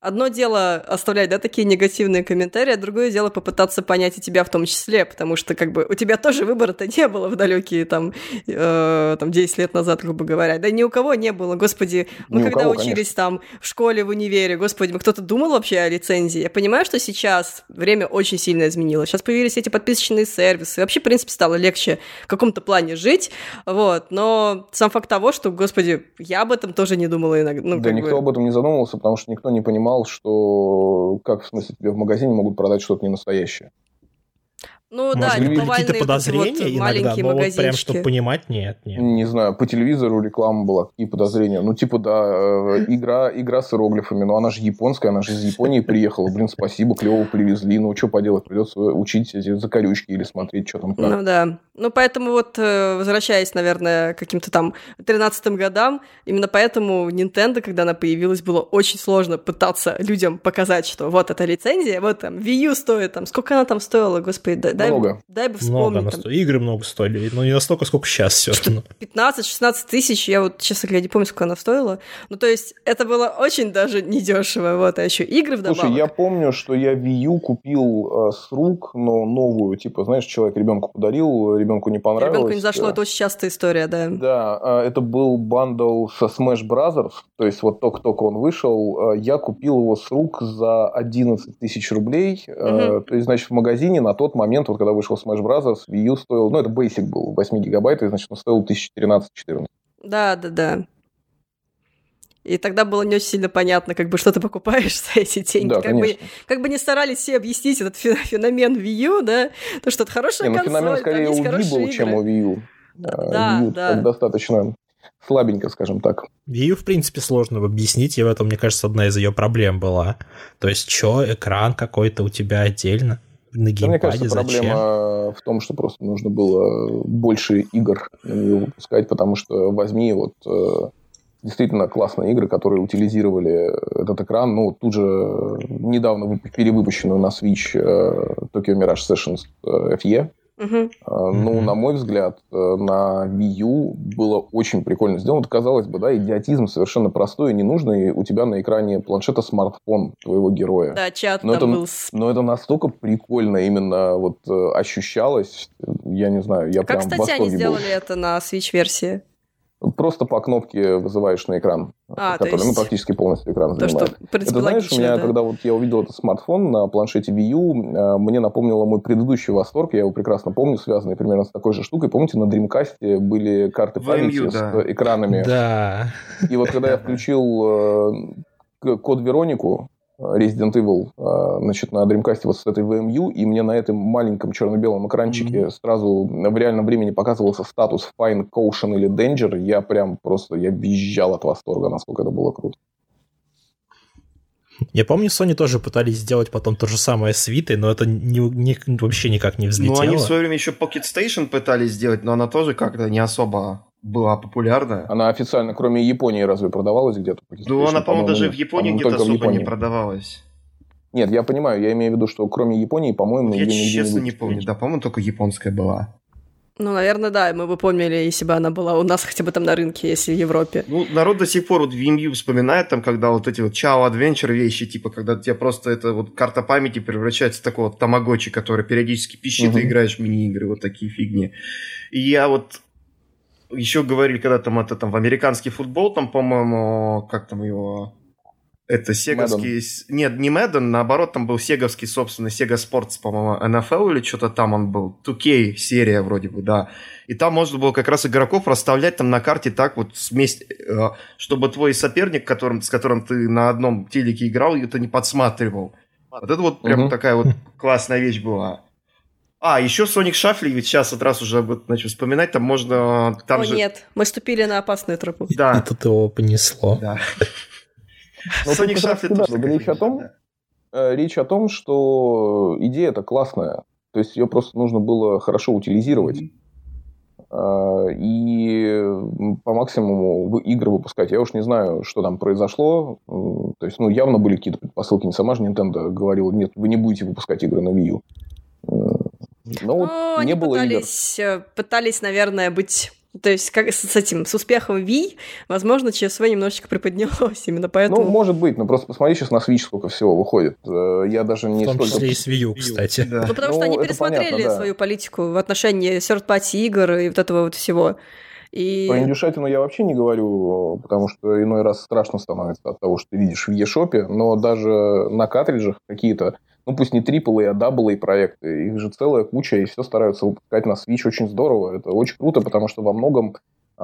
Одно дело оставлять, да, такие негативные комментарии, а другое дело попытаться понять и тебя в том числе, потому что, как бы, у тебя тоже выбора-то не было в далекие, там, э, там, десять лет назад, грубо говоря. Да ни у кого не было, господи. Мы Ни у когда кого, учились конечно. там в школе, в универе, господи, кто-то думал вообще о лицензии? Я понимаю, что сейчас время очень сильно изменилось. Сейчас появились эти подписочные сервисы. Вообще, в принципе, стало легче в каком-то плане жить, вот. Но сам факт того, что, господи, я об этом тоже не думала иногда. Ну, Да, никто бы... об этом не задумывался, потому что никто не понимал, что как, в смысле, тебе в магазине могут продать что-то ненастоящее. Ну Может, да, были это какие-то подозрения вот иногда, маленькие но вот магазинчики. прям, чтобы понимать, нет, нет. Не знаю, по телевизору реклама была, какие подозрения. Ну, типа, да, э, игра, игра с иероглифами, но она же японская, она же из Японии приехала. Блин, спасибо, клево привезли. Ну, что поделать, придется учить эти закорючки или смотреть, что там как. Ну да. Ну, поэтому вот, возвращаясь, наверное, к каким-то там тринадцатым годам, именно поэтому Nintendo, когда она появилась, было очень сложно пытаться людям показать, что вот эта лицензия, вот там Wii U стоит, там, сколько она там стоила, господи, дай, Много. дай бы Много, вспомнить. там. Игры много стоили, но не настолько, сколько сейчас все равно. пятнадцать-шестнадцать тысяч, я вот, честно говоря, не помню, сколько она стоила. Ну, то есть, это было очень даже недешево, вот, а еще игры вдобавок. Слушай, я помню, что я Wii U купил э, с рук, но новую, типа, знаешь, человек ребенку подарил, ребенку не понравилось. Ребенку не зашло, это очень частая история, да. Да, это был бандл со Smash Brothers, то есть вот только-только он вышел, я купил его с рук за одиннадцать тысяч рублей, угу. То есть, значит, в магазине на тот момент, вот когда вышел Smash Brothers, Wii U стоил, ну, это Basic был, восемь гигабайт, и, значит, он стоил тысяча тринадцать-четырнадцать. Да, да, да. И тогда было не очень сильно понятно, как бы, что ты покупаешь за эти деньги. Да, как, бы, как бы не старались все объяснить этот феномен Wii U, да, то, что это хорошая не, ну, консоль, феномен скорее там есть у Wii был, игры. чем у Wii U. Да, Wii U да. достаточно слабенько, скажем так. Wii U, в принципе, сложно объяснить, и в этом, мне кажется, одна из ее проблем была. То есть, что, экран какой-то у тебя отдельно? На геймпаде, мне кажется, зачем? проблема в том, что просто нужно было больше игр на нее выпускать, потому что возьми вот действительно классные игры, которые утилизировали этот экран. Ну, тут же недавно перевыпущенную на Switch Tokyo Mirage Sessions эф и. Uh-huh. Ну, uh-huh. на мой взгляд, на Wii U было очень прикольно сделано. Казалось бы, да, идиотизм совершенно простой и ненужный. У тебя на экране планшета смартфон твоего героя. Да, чат но там это, был. Но это настолько прикольно именно вот ощущалось. Я не знаю, я а прям как, в кстати, восторге они сделали был. это на Switch-версии? Просто по кнопке вызываешь на экран, а, который есть... ну, практически полностью экран то, занимает. Что, в принципе, это, знаешь, логично, у меня, да? когда вот я увидел этот смартфон на планшете Wii U, мне напомнило мой предыдущий восторг, я его прекрасно помню, связанный примерно с такой же штукой. Помните, на Dreamcast были карты памяти ви эм ю, с да. экранами? Да. И вот когда я включил код Веронику, Resident Evil, значит, на Dreamcast вот с этой ви эм ю, и мне на этом маленьком черно-белом экранчике mm-hmm. сразу в реальном времени показывался статус Fine, Caution или Danger, я прям просто, я визжал от восторга, насколько это было круто. Я помню, Sony тоже пытались сделать потом то же самое с Vita, но это не, не, вообще никак не взлетело. Ну, они в свое время еще Pocket Station пытались сделать, но она тоже как-то не особо была популярна. Она официально, кроме Японии, разве продавалась где-то? Ну, она, по-моему, даже в Японии где-то особо Японии. не продавалась. Нет, я понимаю, я имею в виду, что кроме Японии, по-моему, я ее честно не не помню. Да, по-моему, только японская была. Ну, наверное, да, мы бы помнили, если бы она была у нас хотя бы там на рынке, если в Европе. Ну, народ до сих пор вот ви эм ю вспоминает, там, когда вот эти вот Chao Adventure вещи, типа, когда у тебя просто эта вот карта памяти превращается в такого вот тамагочи, который периодически пищит, uh-huh. и играешь в мини-игры, вот такие фигни. И я вот еще говорили, когда там это там в американский футбол, там, по-моему, как там его... Это сеговский... Madden. Нет, не Madden, наоборот, там был сеговский, собственно, Sega Sports, по-моему, эн эф эл или что-то там он был. ту кей серия вроде бы, да. И там можно было как раз игроков расставлять там на карте так вот вместе, чтобы твой соперник, которым, с которым ты на одном телеке играл, это не подсматривал. Вот это вот прям uh-huh. такая вот классная вещь была. А, еще Sonic Shuffle, ведь сейчас вот раз уже вот, начал вспоминать, там можно... Там О, же... нет, мы ступили на опасную тропу. Да. И тут его понесло. Да. Но Sonic Shuffle да, тоже речь, о том, да. речь о том, что идея-то классная. То есть ее просто нужно было хорошо утилизировать. Mm-hmm. И по максимуму игры выпускать. Я уж не знаю, что там произошло. То есть, ну, явно были какие-то предпосылки. Не сама же Nintendo говорила, нет, вы не будете выпускать игры на Wii U. Но ну, вот они не было пытались, игр. пытались, наверное, быть То есть как с этим, с успехом Wii, возможно, ЧСВ немножечко приподнялось именно поэтому... Ну, может быть, но просто посмотри сейчас на Switch, сколько всего выходит. Я даже не... В том столько... числе и с Wii U, кстати. Да. Ну, потому Ну, что они это пересмотрели понятно, да. свою политику в отношении third-party игр и вот этого вот всего. И... Про индюшатину я вообще не говорю, потому что иной раз страшно становится от того, что ты видишь в eShop, но даже на картриджах какие-то, ну пусть не трипл а дабл проекты, их же целая куча, и все стараются выпускать на Switch очень здорово. Это очень круто, потому что во многом,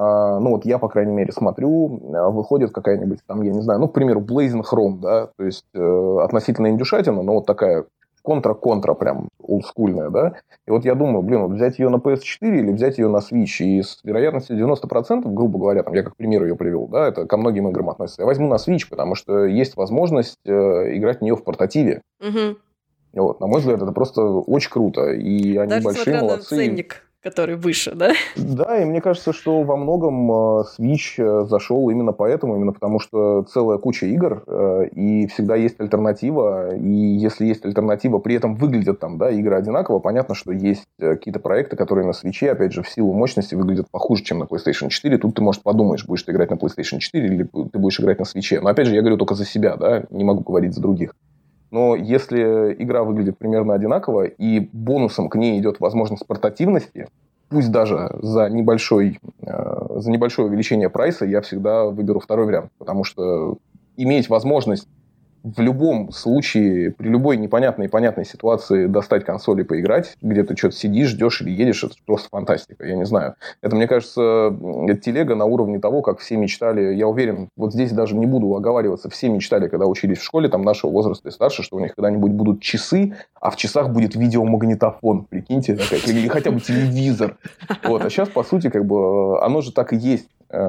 ну вот я, по крайней мере, смотрю, выходит какая-нибудь там, я не знаю, ну, к примеру, Blazing Chrome, да, то есть относительно индюшатина, но вот такая контра-контра прям олдскульная, да. И вот я думаю, блин, вот взять ее на пи эс четыре или взять ее на Switch, и с вероятностью девяносто процентов, грубо говоря, там, я как пример ее привел, да, это ко многим играм относится, я возьму на Switch, потому что есть возможность э, играть в нее в портативе. Угу. Вот, на мой взгляд, это просто очень круто, и они Даже большие несмотря молодцы. на ценник, который выше, да? Да, и мне кажется, что во многом Switch зашел именно поэтому, именно потому что целая куча игр, и всегда есть альтернатива, и если есть альтернатива, при этом выглядят там, да, игры одинаково, понятно, что есть какие-то проекты, которые на Switch, опять же, в силу мощности выглядят похуже, чем на PlayStation четыре. Тут ты, может, подумаешь, будешь ты играть на PlayStation четыре или ты будешь играть на Switch. Но, опять же, я говорю только за себя, да, не могу говорить за других. Но если игра выглядит примерно одинаково, и бонусом к ней идет возможность портативности, пусть даже за, небольшой, э, за небольшое увеличение прайса, я всегда выберу второй вариант. Потому что иметь возможность в любом случае, при любой непонятной и понятной ситуации достать консоль и поиграть, где ты что-то сидишь, ждешь или едешь, это просто фантастика, я не знаю. Это, мне кажется, телега на уровне того, как все мечтали, я уверен, вот здесь даже не буду оговариваться, все мечтали, когда учились в школе, там, нашего возраста и старше, что у них когда-нибудь будут часы, а в часах будет видеомагнитофон, прикиньте, или хотя бы телевизор. Вот. А сейчас, по сути, как бы, оно же так и есть.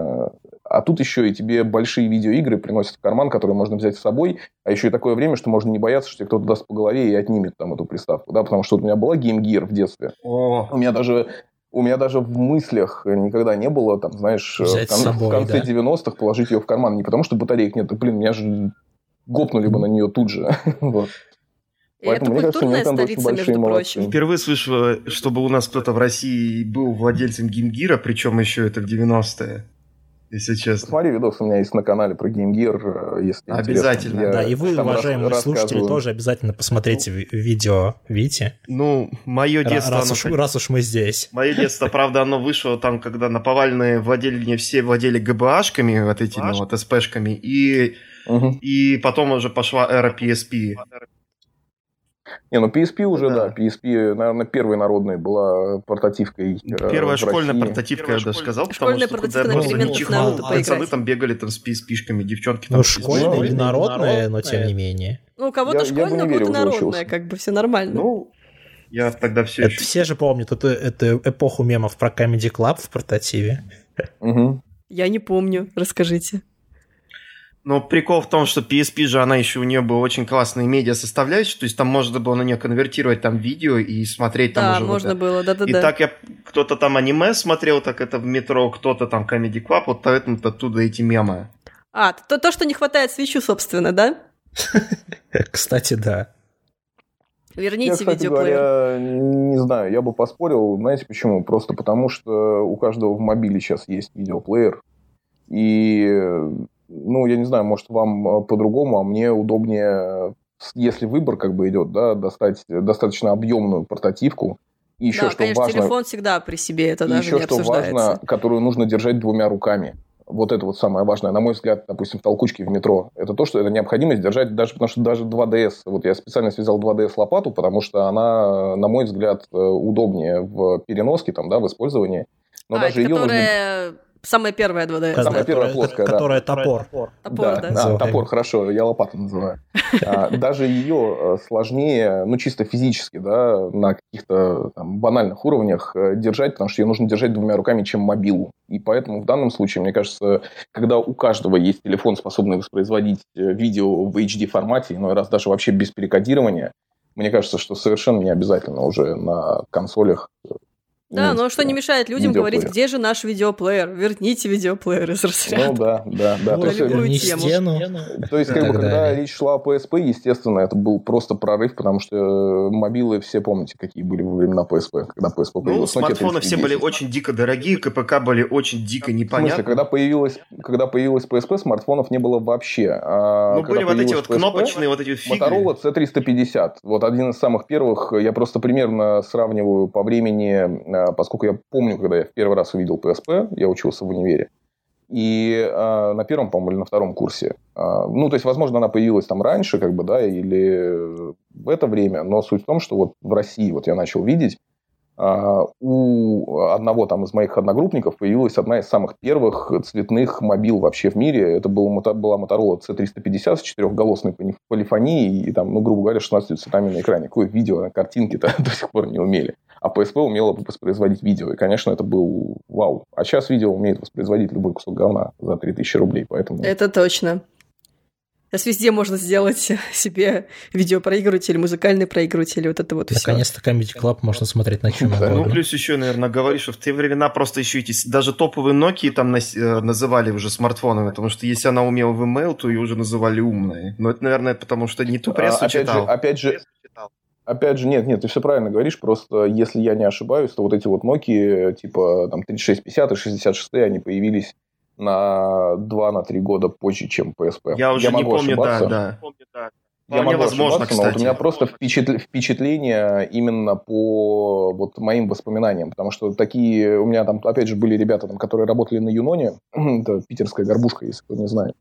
А тут еще и тебе большие видеоигры приносят в карман, которые можно взять с собой. А еще и такое время, что можно не бояться, что тебе кто-то даст по голове и отнимет там эту приставку. Да? Потому что вот у меня была Game Gear в детстве. О. У меня даже... У меня даже в мыслях никогда не было, там, знаешь, взять в, кон- собой, в конце да? девяностых положить ее в карман. Не потому, что батареек нет, да, блин, меня же гопнули бы на нее тут же. Вот. И Поэтому, это мне кажется, культурная Nintendo очень столица, большие между молодцы. прочим. Впервые слышу, чтобы у нас кто-то в России был владельцем Game Gear, причем еще это в девяностые, если честно. Смотри, видос у меня есть на канале про Game Gear, если Обязательно. интересно. Я Да, и вы, там уважаемые рас- слушатели, рассказываю. тоже обязательно посмотрите ви- видео Вити. Ну, мое Ра- детство... Раз оно уж, как- раз уж мы здесь. Мое детство, правда, оно вышло там, когда на повальные владели, не все владели ГБАшками, вот этими вот СПшками, и, Мгм. и потом уже пошла эра пи эс пи. Не, ну пи эс пи уже, Да. да. пи эс пи, наверное, первой народной была портативкой. э, Первая в школьная России. портативка, я даже сказал, Школьная потому что портативка куда на просто переменках не на чихнул, Наруто пацаны поиграть. там бегали там с пи эс пи-шками, девчонки там... Ну, с пи эс пи. школьная Ну, или народная, но тем народная. не менее. Ну, у кого-то Я- я бы не школьная, у верил, кого-то уже народная, учился. как бы все нормально. Ну, я тогда все Это еще... все же помнят эту, эту эпоху мемов про Comedy Club в портативе. Мгм. Я не помню, расскажите. Но прикол в том, что пи эс пи же, она еще у нее была очень классная медиа-составляющая, то есть там можно было на нее конвертировать там видео и смотреть там Да, уже... вот можно это. было, И да-да-да. так я... Кто-то там аниме смотрел, так это в метро, кто-то там Comedy Club, вот поэтому оттуда эти мемы. А, то, то, что не хватает свечу, собственно, да? Кстати, да. Я, Верните кстати видеоплеер. говоря, не знаю, я бы поспорил, знаете почему? Просто потому, что у каждого в мобиле сейчас есть видеоплеер. И, ну, я не знаю, может, вам по-другому, а мне удобнее, если выбор как бы идет, да, достать достаточно объемную портативку. И еще, Да, что конечно, важно, телефон всегда при себе, это и даже еще, не что обсуждается. важно, которую нужно держать двумя руками. Вот это вот самое важное. На мой взгляд, допустим, в толкучке в метро. Это то, что это необходимость держать, даже потому что даже два ди эс. Вот я специально связал два ди эс лопату, потому что она, на мой взгляд, удобнее в переноске, там, да, в использовании. Но а, даже это ее нужно... которая самая первая два ди эс, Самая да? первая Которая- плоская, да. Которая топор. Топор, Да, да. а, Называем. топор, хорошо, я лопату называю. А, Даже ее сложнее, ну, чисто физически, да, на каких-то там банальных уровнях э, держать, потому что ее нужно держать двумя руками, чем мобилу. И поэтому в данном случае, мне кажется, когда у каждого есть телефон, способный воспроизводить э, видео в эйч ди формате, иной раз даже вообще без перекодирования, мне кажется, что совершенно не обязательно уже на консолях Да, но что не мешает людям говорить, где же наш видеоплеер? Верните видеоплеер из разряда. Ну да, да, да. Ну, любую тему. Стену. То есть, как бы, когда речь шла о пи эс пи, естественно, это был просто прорыв, потому что мобилы все помните, какие были во времена пи эс пи, когда пи эс пи появилась. Ну, смартфоны все были очень дико дорогие, КПК были очень дико непонятны. В смысле, когда появилась, когда появилась пи эс пи, смартфонов не было вообще. А ну, были вот эти вот пи эс пи, кнопочные вот эти фигли. Motorola си триста пятьдесят. Вот один из самых первых, я просто примерно сравниваю по времени, поскольку я помню, когда я в первый раз увидел пи эс пи, я учился в универе. И а, на первом, по-моему, или на втором курсе. А, ну, то есть, возможно, она появилась там раньше, как бы, да, или в это время. Но суть в том, что вот в России вот я начал видеть, а, у одного там из моих одногруппников появилась одна из самых первых цветных мобил вообще в мире. Это был, была Motorola си триста пятьдесят с четырехголосной полифонией и, там, ну, грубо говоря, шестнадцатью цветами на экране. Какое видео, картинки-то до сих пор не умели. А пи эс пи умела воспроизводить видео. И, конечно, это был вау. А сейчас видео умеет воспроизводить любой кусок говна за три тысячи рублей. Поэтому... Это точно. Сейчас везде можно сделать себе видеопроигрыватель, музыкальный проигрыватель, вот это вот Наконец-то все. Comedy Club можно смотреть на чем угодно. Ну, плюс еще, наверное, говоришь, что в те времена просто еще эти, даже топовые Nokia там называли уже смартфонами, потому что если она умела в email, то ее уже называли умной. Но это, наверное, потому что не ту прессу а, читал. Опять же, опять же... Опять же, нет, нет, ты все правильно говоришь, просто если я не ошибаюсь, то вот эти вот Nokia, типа там тридцать шесть пятьдесят и шестьдесят шесть, они появились на два-три года позже, чем пи эс пи. Я уже я не помню, ошибаться. да, да. Я могу возможно, ошибаться, но вот у меня просто впечатление именно по вот моим воспоминаниям, потому что такие, у меня там, опять же, были ребята, там, которые работали на Юноне, это питерская горбушка, если кто не знает,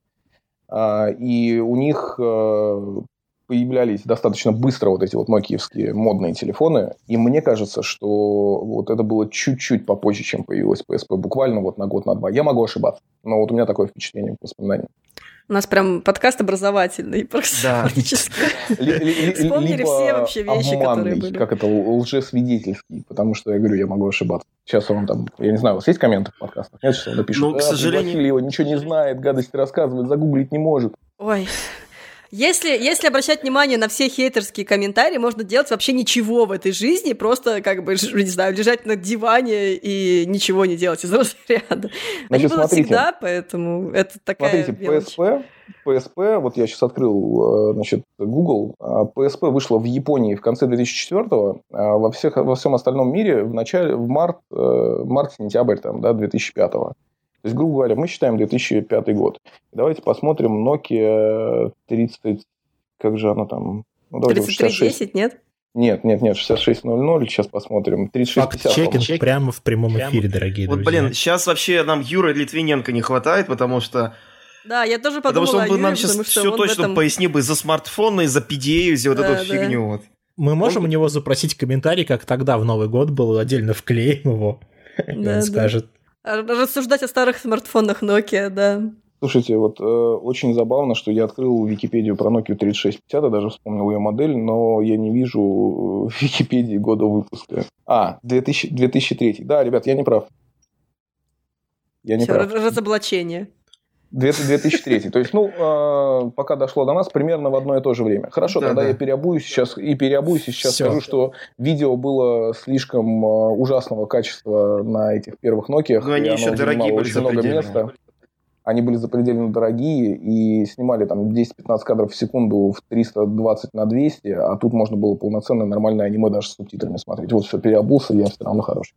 и у них... появлялись достаточно быстро вот эти вот нокиевские модные телефоны, и мне кажется, что вот это было чуть-чуть попозже, чем появилась пи эс пи, буквально вот на год, на два. Я могу ошибаться, но вот у меня такое впечатление, воспоминание. У нас прям подкаст образовательный, практически. Вспомнили все вообще вещи, которые были. Как это, лжесвидетельский, потому что я говорю, я могу ошибаться. Сейчас он там, я не знаю, у вас есть комменты в подкастах? Нет, сейчас он напишет, ну, к сожалению... его ничего не знает, гадости рассказывает, загуглить не может. Ой... Если, если обращать внимание на все хейтерские комментарии, можно делать вообще ничего в этой жизни, просто, как бы, не знаю, лежать на диване и ничего не делать из разряда. Они будут всегда, поэтому это такая смотрите, мелочь. пи эс пи, пи эс пи, вот я сейчас открыл, значит, Google, пи эс пи вышла в Японии в конце две тысячи четвёртого, а во, всех, во всем остальном мире в начале, в март, март-сентябрь там, да, две тысячи пятого. То есть, грубо говоря, мы считаем две тысячи пятый год. Давайте посмотрим Nokia тридцать... Как же она там? Ну, тридцать три десять, нет? Нет, нет, нет, шестьдесят шесть ноль ноль. Сейчас посмотрим. тридцать шесть пятьдесят. Факт-чекинг прямо в прямом эфире, дорогие вот, друзья. Вот, блин, сейчас вообще нам Юры Литвиненко не хватает, потому что... Да, я тоже подумала Потому что он бы Юре, нам сейчас все точно этом... пояснил бы за смартфоны, за пи ди эй, за вот да, эту да. фигню. Вот. Мы можем он... у него запросить комментарий, как тогда в Новый год был, отдельно вклеим его, и он да. скажет... Рассуждать о старых смартфонах Nokia, да. Слушайте, вот э, очень забавно, что я открыл Википедию про Nokia тридцать шесть пятьдесят, я даже вспомнил ее модель, но я не вижу в Википедии года выпуска. А, две тысячи, две тысячи третий. Да, ребят, я не прав. Я не Всё, прав. Разоблачение. две тысячи третий. То есть, ну, э, пока дошло до нас, примерно в одно и то же время. Хорошо, да, тогда да. я переобуюсь сейчас и переобуюсь, и сейчас Всё. скажу, что видео было слишком э, ужасного качества на этих первых Nokia. Но они еще дорогие были, очень много места. Они были запредельно дорогие и снимали там десять-пятнадцать кадров в секунду в триста двадцать на двести, а тут можно было полноценное нормальное аниме даже с субтитрами смотреть. Вот все, переобулся, я все равно хороший.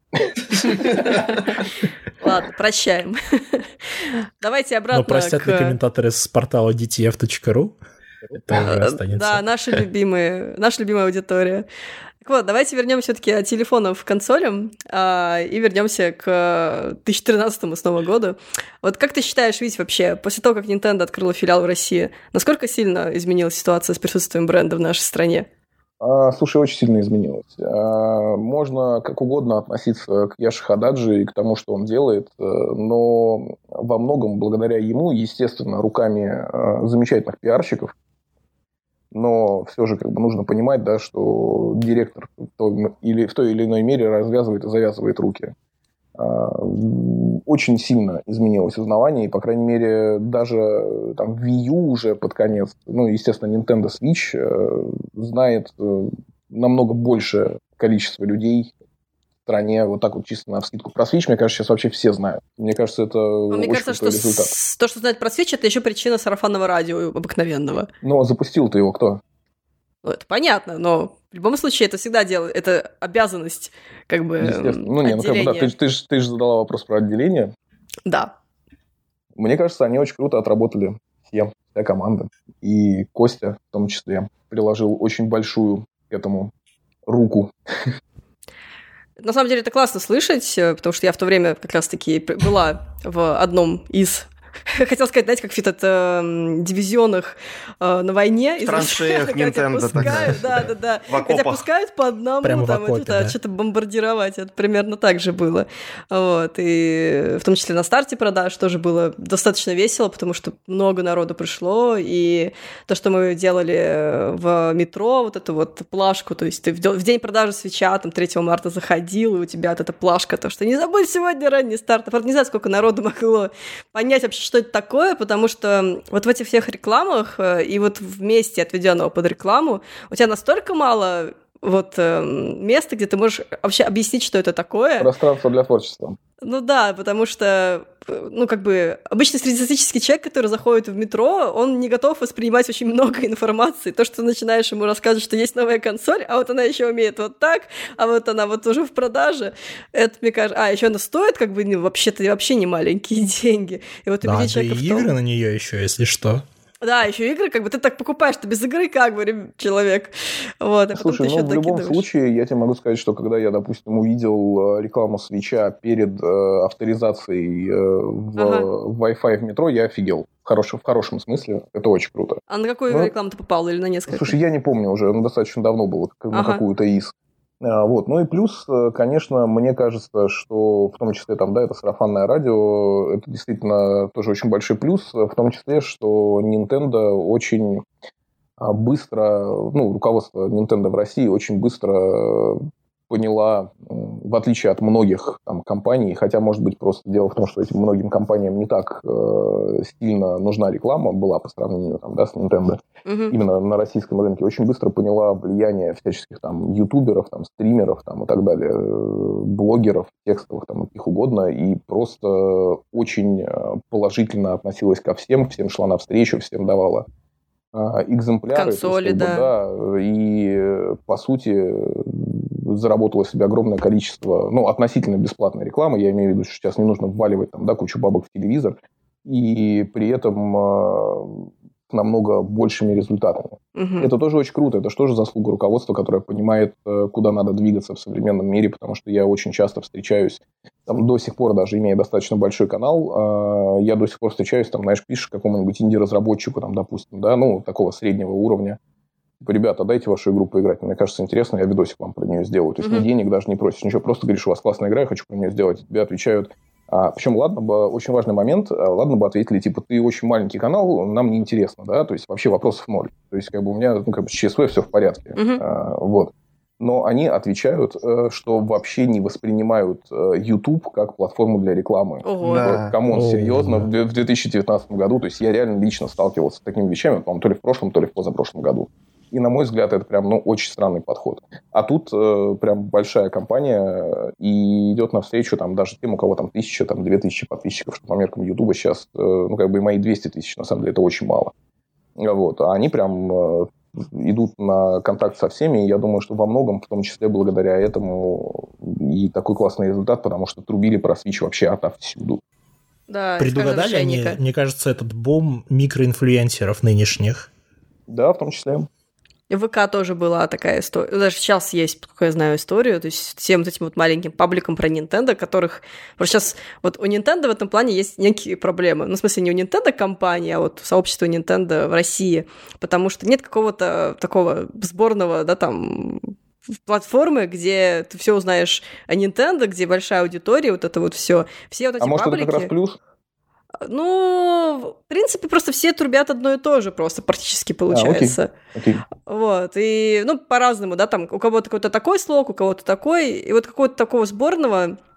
Ладно, прощаем. Давайте обратно. Но простят ли комментаторы с портала ди ти эф точка ру? Это останется. Да, наши любимые, наша любимая аудитория. Так вот, давайте вернем все-таки от телефонов к консолям а, и вернемся к две тысячи тринадцатому снова году. Вот как ты считаешь, Вить, вообще, после того, как Nintendo открыла филиал в России, насколько сильно изменилась ситуация с присутствием бренда в нашей стране? А, слушай, очень сильно изменилось. А, можно как угодно относиться к Яши Хададжи и к тому, что он делает, но во многом благодаря ему, естественно, руками а, замечательных пиарщиков. Но все же как бы нужно понимать, да, что директор в той, или, в той или иной мере развязывает и завязывает руки. Очень сильно изменилось узнавание, и, по крайней мере, даже там Wii U уже под конец, ну, естественно, Nintendo Switch знает намного большее количество людей стране, вот так вот чисто навскидку. Про Switch, мне кажется, сейчас вообще все знают. Мне кажется, это Но мне очень кажется, крутой что результат. с... то, что знает про Switch, это еще причина сарафанного радио обыкновенного. Но запустил-то его кто? Ну, это понятно, но в любом случае это всегда делает, это обязанность, как бы, ну, не, ну, как бы, да, ты, ты, же, ты же задала вопрос про отделение. Да. Мне кажется, они очень круто отработали все, вся команда. И Костя в том числе приложил очень большую к этому руку. На самом деле это классно слышать, потому что я в то время как раз-таки была в одном из... Хотел сказать, знаете, как в этот э, дивизионах э, на войне. В траншеях Nintendo. Да, да, да. Хотя пускают по одному, прямо там, окопе, это, да. что-то бомбардировать. Это примерно так же было. Вот. И в том числе на старте продаж тоже было достаточно весело, потому что много народу пришло. И то, что мы делали в метро, вот эту вот плашку, то есть ты в день продажи свеча, там, третьего марта заходил, и у тебя вот эта плашка, то, что не забудь сегодня ранний старт. Правда, не знаю, сколько народу могло понять вообще, что это такое, потому что вот в этих всех рекламах и вот в месте, отведенного под рекламу, у тебя настолько мало вот места, где ты можешь вообще объяснить, что это такое. Пространство для творчества. Ну да, потому что, ну как бы, обычный среднестатистический человек, который заходит в метро, он не готов воспринимать очень много информации. То, что ты начинаешь ему рассказывать, что есть новая консоль, а вот она еще умеет вот так, а вот она вот уже в продаже, это, мне кажется... А, еще она стоит, как бы, ну, вообще-то вообще не маленькие деньги. И вот да, убедить да и человека в том... игры на нее еще, если что. Да, еще игры, как бы ты так покупаешь, ты без игры, как бы, человек. Вот, а Слушай, ну в любом случае, я тебе могу сказать, что когда я, допустим, увидел рекламу Switch'а перед э, авторизацией э, в, ага. в Wi-Fi в метро, я офигел. В хорошем, в хорошем смысле. Это очень круто. А на какую ну, рекламу ты попал или на несколько? Слушай, я не помню уже, ну, достаточно давно было, ага. на какую-то из. Вот. Ну и плюс, конечно, мне кажется, что в том числе там, да, это сарафанное радио, это действительно тоже очень большой плюс, в том числе, что Nintendo очень быстро, ну, руководство Nintendo в России очень быстро поняла, в отличие от многих там, компаний, хотя, может быть, просто дело в том, что этим многим компаниям не так э, сильно нужна реклама была по сравнению там, да, с Nintendo, uh-huh. именно на российском рынке, очень быстро поняла влияние всяческих там ютуберов, там, стримеров там, и так далее, блогеров, текстовых, там, каких угодно, и просто очень положительно относилась ко всем, всем шла навстречу, всем давала экземпляры. Консоли, есть, да. да. И, по сути, заработало себе огромное количество, ну, относительно бесплатной рекламы. Я имею в виду, что сейчас не нужно вваливать там, да, кучу бабок в телевизор. И при этом э, намного большими результатами. Угу. Это тоже очень круто. Это же тоже заслуга руководства, которое понимает, куда надо двигаться в современном мире, потому что я очень часто встречаюсь, там, до сих пор даже имея достаточно большой канал, э, я до сих пор встречаюсь, там, знаешь, пишешь какому-нибудь инди-разработчику, там, допустим, да, ну, такого среднего уровня. Типа, ребята, дайте вашу игру поиграть, мне кажется, интересно, я видосик вам про нее сделаю. То есть, mm-hmm. ни денег даже не просишь, ничего, просто говоришь, у вас классная игра, я хочу про нее сделать. Тебе отвечают. А, причем, ладно бы, очень важный момент, ладно бы ответили, типа, ты очень маленький канал, нам не интересно, да, то есть, вообще вопросов ноль. То есть, как бы, у меня, ну, как бы, с ЧСВ все в порядке. Mm-hmm. А, вот. Но они отвечают, что вообще не воспринимают YouTube как платформу для рекламы. Да. Камон, серьезно, в две тысячи девятнадцатом году, то есть, я реально лично сталкивался с такими вещами, по-моему, то ли в прошлом, то ли в позапрошлом году. И, на мой взгляд, это прям, ну, очень странный подход. А тут э, прям большая компания и идет навстречу там даже тем, у кого там тысяча, там две тысячи подписчиков, что по меркам Ютуба сейчас, э, ну, как бы и мои двести тысяч, на самом деле, это очень мало. Вот. А они прям э, идут на контакт со всеми, и я думаю, что во многом, в том числе, благодаря этому и такой классный результат, потому что трубили про Switch вообще отовсюду. Да, предугадали они, мне кажется, этот бум микроинфлюенсеров нынешних. Да, в том числе. В ВК тоже была такая история. Даже сейчас есть, как я знаю, историю. То есть всем вот этим вот маленьким пабликам про Nintendo, которых... Просто сейчас вот у Nintendo в этом плане есть некие проблемы. Ну, в смысле, не у Nintendo компании, а вот сообщества Nintendo в России. Потому что нет какого-то такого сборного, да, там... платформы, где ты все узнаешь о Nintendo, где большая аудитория, вот это вот все. Все вот эти а может, паблики... это как раз плюс? Ну, в принципе, просто все трубят одно и то же, просто практически получается. А, окей. Окей. Вот, и, ну, по-разному, да, там у кого-то какой-то такой слог, у кого-то такой, и вот какого-то такого сборного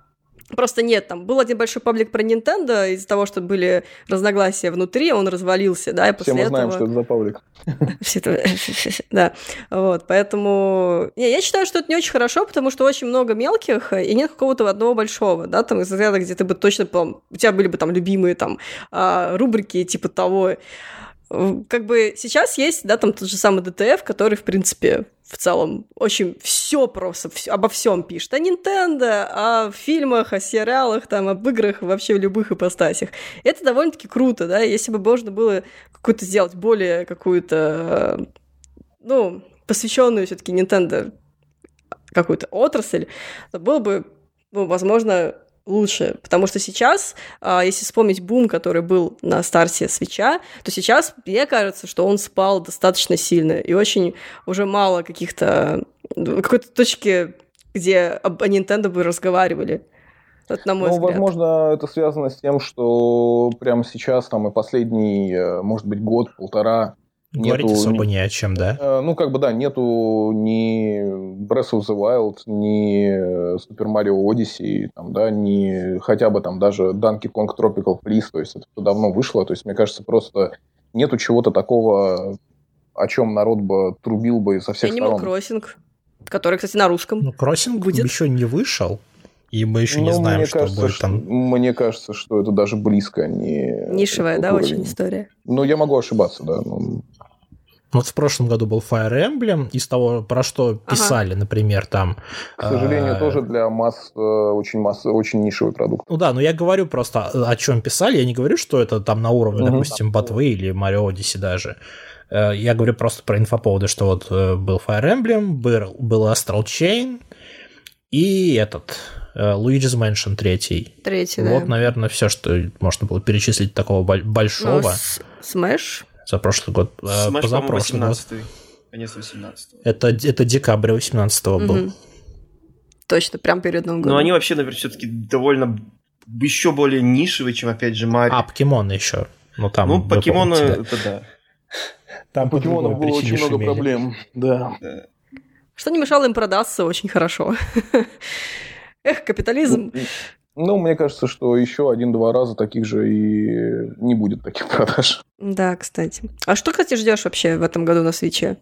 Просто нет, там был один большой паблик про Nintendo, из-за того, что были разногласия внутри, он развалился, да, и после Все мы знаем, этого... что это за паблик. Все это... Да, вот, поэтому... Не, я считаю, что это не очень хорошо, потому что очень много мелких, и нет какого-то одного большого, да, там, из ряда, где ты бы точно... У тебя были бы там любимые там рубрики типа того... Как бы сейчас есть, да, там тот же самый ди ти эф, который, в принципе, в целом очень все просто, все, обо всем пишет. О Nintendo, о фильмах, о сериалах, там, об играх, вообще в любых ипостасях. Это довольно-таки круто, да, если бы можно было какую-то сделать более какую-то, ну, посвященную все-таки Nintendo какую-то отрасль, то было бы, ну, возможно, лучше, потому что сейчас, если вспомнить бум, который был на старте Свитча, то сейчас, мне кажется, что он спал достаточно сильно, и очень уже мало каких-то, какой-то точки, где о Nintendo бы разговаривали. Это, на мой ну, взгляд. Возможно, это связано с тем, что прямо сейчас, там, и последний, может быть, год-полтора, Говорить нету, особо не о чем, да? Э, ну, как бы, да, нету ни Breath of the Wild, ни Super Mario Odyssey, там, да, ни хотя бы там даже Donkey Kong Tropical Freeze, то есть это давно вышло, то есть, мне кажется, просто нету чего-то такого, о чем народ бы трубил бы со всех Animal сторон. Crossing, который, кстати, на русском. Ну, Crossing будет. Еще не вышел, и мы еще не ну, знаем, мне что кажется, будет что, там. Мне кажется, что это даже близко не... Нишевая, да, уровень. очень история. Ну, я могу ошибаться, да, ну... Вот в прошлом году был Fire Emblem, из того, про что писали, ага. например, там... К сожалению, э- тоже для масс, очень, масс, очень нишевый продукт. Ну да, но я говорю просто, о чем писали, я не говорю, что это там на уровне, угу. допустим, Ботвы или Mario Odyssey даже. Я говорю просто про инфоповоды, что вот был Fire Emblem, был, был Astral Chain и этот... Luigi's Mansion третий. Третий, вот, да. наверное, все, что можно было перечислить такого большого. Smash? За прошлый год. Smash, позапрошлый год. Конец восемнадцатого. Это, это декабрь восемнадцатого угу. был. Точно, прям перед Новым годом. Но они вообще, наверное, все-таки довольно еще более нишевые, чем, опять же, Марио. А, покемоны еще. Ну, там, ну покемоны, помните, да. это да. Там по покемонов было очень много шумели. Проблем. Да. да. Что не мешало им продаться очень хорошо. Эх, капитализм. Ну, мне кажется, что еще один-два раза таких же и не будет таких продаж. Да, кстати. А что, кстати, ждешь вообще в этом году на Свитче?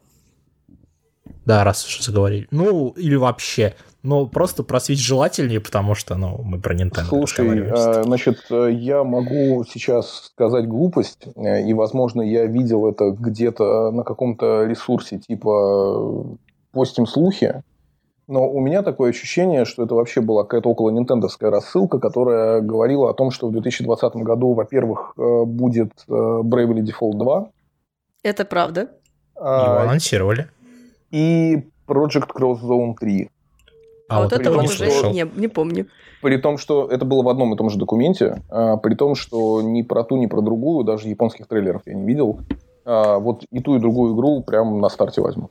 Да, раз уж заговорили. Ну, или вообще. Ну, просто про Switch желательнее, потому что, ну, мы про Nintendo Слушай, а, значит, я могу сейчас сказать глупость, и, возможно, я видел это где-то на каком-то ресурсе, типа «Постим слухи», но у меня такое ощущение, что это вообще была какая-то около нинтендовская рассылка, которая говорила о том, что в две тысячи двадцатом году, во-первых, будет Bravely Default два. Это правда. Его анонсировали. И Project Cross Zone три. А, а вот это вот уже не, не помню. При том, что это было в одном и том же документе, а, при том, что ни про ту, ни про другую, даже японских трейлеров я не видел, а, вот и ту, и другую игру прямо на старте возьму.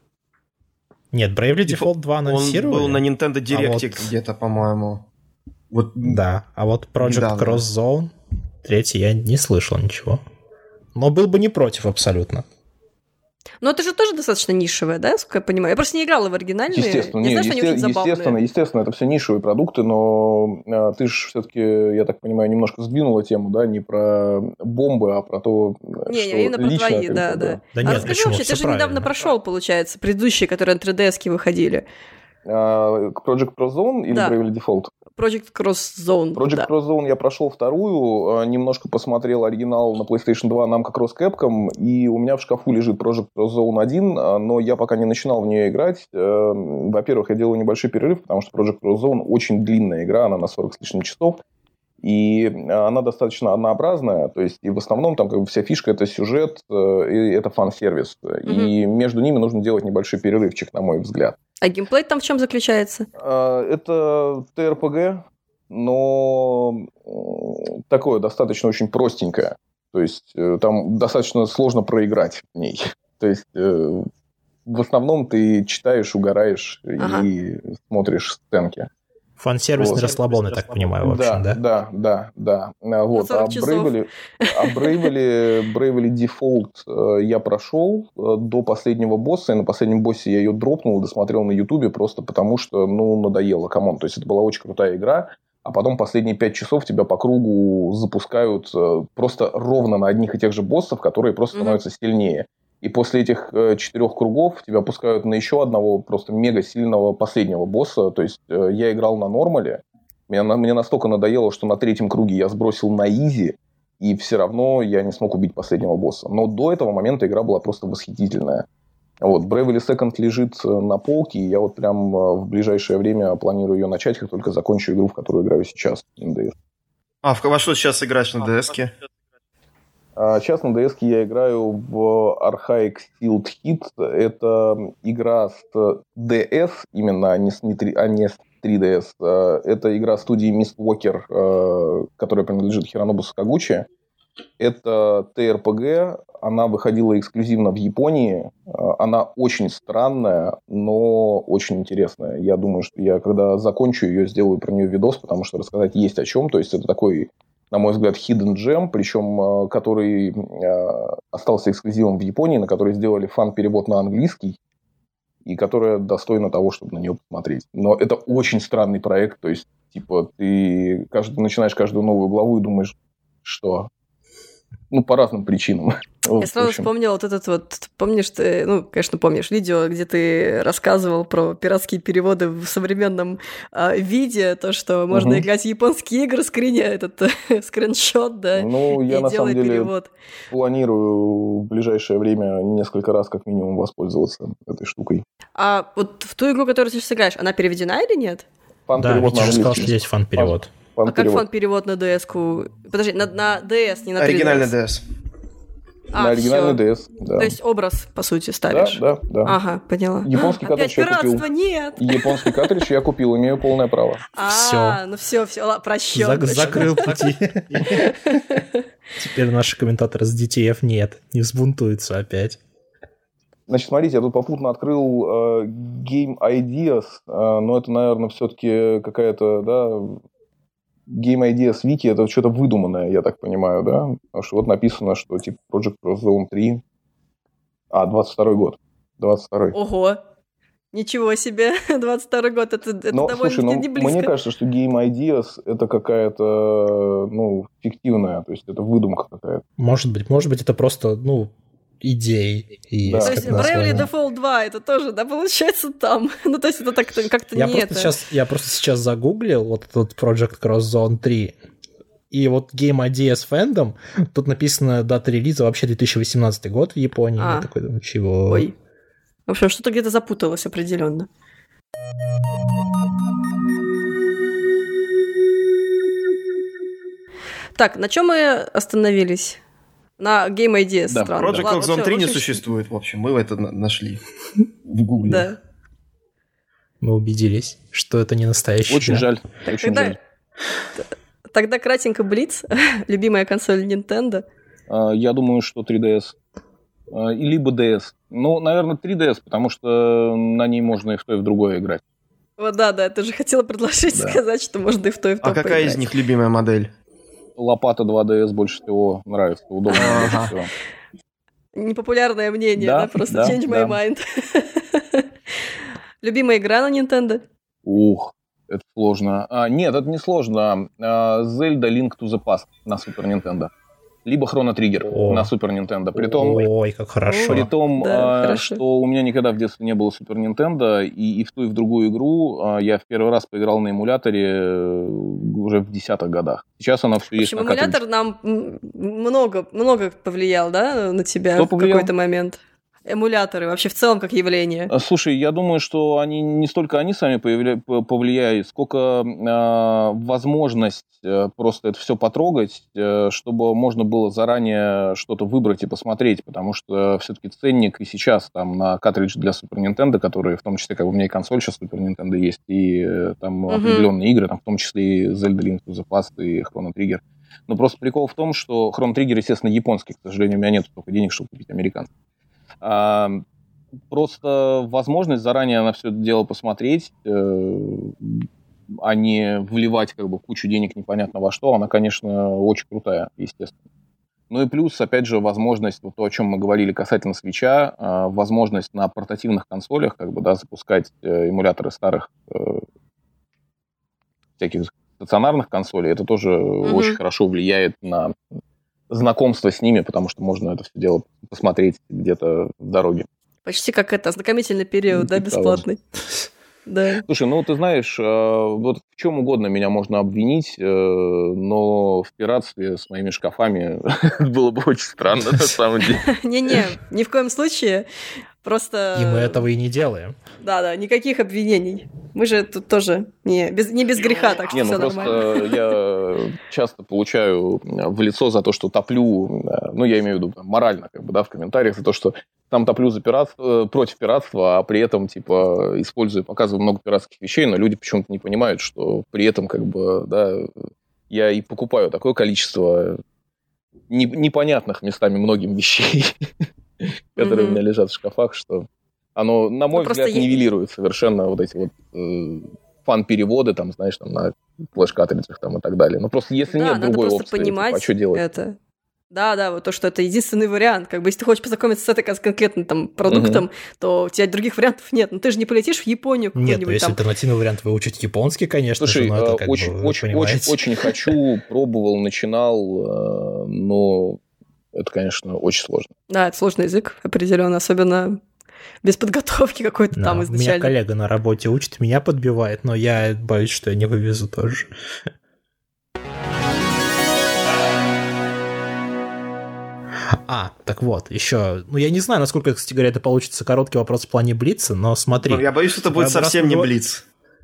Нет, Bravely Default два анонсировали. Он был на Nintendo Direct а вот... где-то, по-моему. Вот... Да, а вот Project недавно. Cross Zone третий я не слышал ничего. Но был бы не против абсолютно. Но это же тоже достаточно нишевое, да, насколько я понимаю? Я просто не играла в оригинальные. Естественно, я не, знаю, есте- что они очень забавные. естественно, естественно, это все нишевые продукты, но э, ты же все-таки, я так понимаю, немножко сдвинула тему, да, не про бомбы, а про то, не, что не, именно про твои, как да, бы, да. да. Да а нет, расскажи почему? вообще, Все ты же правильно. недавно прошел, получается, предыдущие, которые на три ди эс-ки выходили. А, Project Cross Zone или да. Bravely Default? Project Cross Zone. Project да. Cross Zone я прошел вторую, немножко посмотрел оригинал на PlayStation два Namco Cross Capcom, и у меня в шкафу лежит Project Cross Zone один, но я пока не начинал в нее играть. Во-первых, я делаю небольшой перерыв, потому что Project Cross Zone очень длинная игра, она на сорок с лишним часов, и она достаточно однообразная, то есть и в основном там как бы вся фишка это сюжет, и это фан-сервис, mm-hmm. и между ними нужно делать небольшой перерывчик, на мой взгляд. А геймплей там в чем заключается? Это тэ эр пи джи, но такое достаточно очень простенькое. То есть там достаточно сложно проиграть в ней. То есть в основном ты читаешь, угораешь ага. и смотришь сценки. Фан-сервисный вот. расслабон, я так понимаю, в общем, да? Да, да, да, да. Вот. А Bravely, а Bravely, Bravely Default я прошел до последнего босса, и на последнем боссе я ее дропнул и досмотрел на Ютубе просто потому, что, ну, надоело, камон. То есть, это была очень крутая игра, а потом последние пять часов тебя по кругу запускают просто ровно на одних и тех же боссов, которые просто mm-hmm. становятся сильнее. И после этих э, четырех кругов тебя пускают на еще одного просто мега сильного последнего босса. То есть э, я играл на нормале, мне, на, мне настолько надоело, что на третьем круге я сбросил на изи, и все равно я не смог убить последнего босса. Но до этого момента игра была просто восхитительная. Вот, Bravely Second лежит на полке, и я вот прям в ближайшее время планирую ее начать, как только закончу игру, в которую играю сейчас, эн ди эс. А во что сейчас играешь на ди эс-ке? А, сейчас на ди эс-ке я играю в Archaic Sealed Hit. Это игра с ди эс, именно, а не с, а не с три ди эс. Это игра студии Mistwalker, которая принадлежит Хиронобу Сакагучи. Это тэ эр пи джи, она выходила эксклюзивно в Японии. Она очень странная, но очень интересная. Я думаю, что я, когда закончу ее, сделаю про нее видос, потому что рассказать есть о чем. То есть, это такой, на мой взгляд, hidden gem, причем который остался эксклюзивом в Японии, на который сделали фан-перевод на английский, и которая достойна того, чтобы на нее посмотреть. Но это очень странный проект. То есть, типа, ты каждый, начинаешь каждую новую главу и думаешь, что... Ну, по разным причинам. Я сразу вспомнила вот этот вот, помнишь, ты, ну, конечно, помнишь видео, где ты рассказывал про пиратские переводы в современном э, виде, то, что можно угу. играть в японские игры, скриня этот скриншот, да, ну, я и на самом деле перевод. Планирую в ближайшее время несколько раз как минимум воспользоваться этой штукой. А вот в ту игру, которую ты сейчас играешь, она переведена или нет? Фан-перевод да, ведь сказал, что есть фан-перевод. А как фан-перевод на ди эс-ку? Подожди, на, на ди эс, не на три ди эс. Оригинальный ди эс. А, на оригинальный ди эс, да. То есть образ, по сути, ставишь? Да, да, да. Ага, поняла. Японский а, картридж я купил. Опять нет! Японский картридж я купил, имею полное право. А, все. ну все, все, прощен. Зак- закрыл пути. Теперь наши комментаторы с ди ти эф нет, не взбунтуются опять. Значит, смотрите, я тут попутно открыл э, Game Ideas, э, но это, наверное, все-таки какая-то, да... Game Ideas Wiki — это что-то выдуманное, я так понимаю, да? Потому что вот написано, что типа Project Cross Zone три... А, двадцать второй год. двадцать второй. Ого! Ничего себе! двадцать второй год, это, это но, довольно слушай, ну, не близко. Мне кажется, что Game Ideas — это какая-то, ну, фиктивная, то есть это выдумка какая-то. Может быть, может быть, это просто, ну... идей. И да. То есть Bravely Default два, это тоже, да, получается там. Ну, то есть это так, как-то я не просто это. Сейчас, я просто сейчас загуглил вот этот Project Cross Zone три, и вот Game Ideas Fandom, тут написано дата релиза вообще две тысячи восемнадцатый год в Японии. А. Я такой, ну чего? Ой. В общем, что-то где-то запуталось определенно. Так, на чем мы остановились? На Game Ideas. Да, странно. Project Cross Zone три не существует, в общем, мы это нашли в Гугле. Да. Мы убедились, что это не настоящий. Очень да? жаль, очень тогда, жаль. Тогда кратенько Блиц, любимая консоль Nintendo. Я думаю, что три ди эс. Либо ди эс. Ну, наверное, три ди эс, потому что на ней можно и в то, и в другое играть. Вот да, да, ты же хотела предложить да. сказать, что можно и в то, и в то А какая поиграть. из них любимая модель? Лопата два ди эс больше всего нравится, удобно больше всего. Непопулярное мнение, да, да? просто да, change да. my mind. Любимая игра на Nintendo? Ух, это сложно. А, нет, это не сложно. А, Zelda Link to the Past на Super Nintendo. Либо Chrono Trigger О. на Super Nintendo. Притом, Ой, как хорошо. При том, да, а, хорошо. что у меня никогда в детстве не было Super Nintendo, и, и в ту, и в другую игру а, я в первый раз поиграл на эмуляторе уже в десятых годах. Сейчас она все есть на картридже. Эмулятор нам много, много повлиял, да, на тебя Кто в повлиял? какой-то момент? Эмуляторы вообще в целом как явление. Слушай, я думаю, что они не столько они сами появля... повлияют, сколько э, возможность э, просто это все потрогать, э, чтобы можно было заранее что-то выбрать и посмотреть, потому что все-таки ценник и сейчас там на картридж для Super Nintendo, который в том числе, как бы у меня и консоль сейчас Super Nintendo есть, и э, там uh-huh. определенные игры, там, в том числе и Zelda Link to the Past и Chrono Trigger. Но просто прикол в том, что Chrono Trigger, естественно, японский, к сожалению, у меня нет столько денег, чтобы купить американский. А, просто возможность заранее на все это дело посмотреть, э, а не вливать как бы кучу денег непонятно во что, она, конечно, очень крутая, естественно. Ну и плюс, опять же, возможность, вот то, о чем мы говорили касательно Switch'а, э, возможность на портативных консолях как бы, да, запускать э, эмуляторы старых э, всяких стационарных консолей, это тоже mm-hmm. очень хорошо влияет на знакомство с ними, потому что можно это все дело посмотреть где-то в дороге. Почти как это, ознакомительный период, да, бесплатный. Да. Слушай, ну ты знаешь, вот в чем угодно меня можно обвинить, но в пиратстве с моими шкафами было бы очень странно, на самом деле. Не-не, ни в коем случае. Просто... И мы этого и не делаем. Да-да, никаких обвинений. Мы же тут тоже не без, не без греха, так что не, все ну нормально. Просто я часто получаю в лицо за то, что топлю, ну, я имею в виду морально, как бы, да, в комментариях, за то, что там топлю за пиратство, против пиратства, а при этом, типа, использую, показываю много пиратских вещей, но люди почему-то не понимают, что при этом, как бы, да, я и покупаю такое количество непонятных местами многим вещей, которые mm-hmm. у меня лежат в шкафах, что оно, на мой ну, взгляд, нивелирует совершенно вот эти вот э, фан-переводы, там, знаешь, там, на флеш-картриджах там, и так далее. Ну, просто если да, нет другой опции, понимать то, а что делать? Это. Да, да, вот то, что это единственный вариант. Как бы, если ты хочешь познакомиться с этой конкретным там продуктом, uh-huh. то у тебя других вариантов нет. Ну, ты же не полетишь в Японию. Нет, ну, если там... альтернативный вариант выучить японский, конечно Слушай, же, но это как очень, бы, очень, очень, очень хочу, пробовал, начинал, но это, конечно, очень сложно. Да, это сложный язык, определенно, особенно без подготовки какой-то да, там изначально. Меня коллега на работе учит, меня подбивает, но я боюсь, что я не вывезу тоже. А, так вот, еще, ну я не знаю, насколько, кстати говоря, это получится короткий вопрос в плане блица, но смотри. Но я боюсь, что это будет совсем не блиц.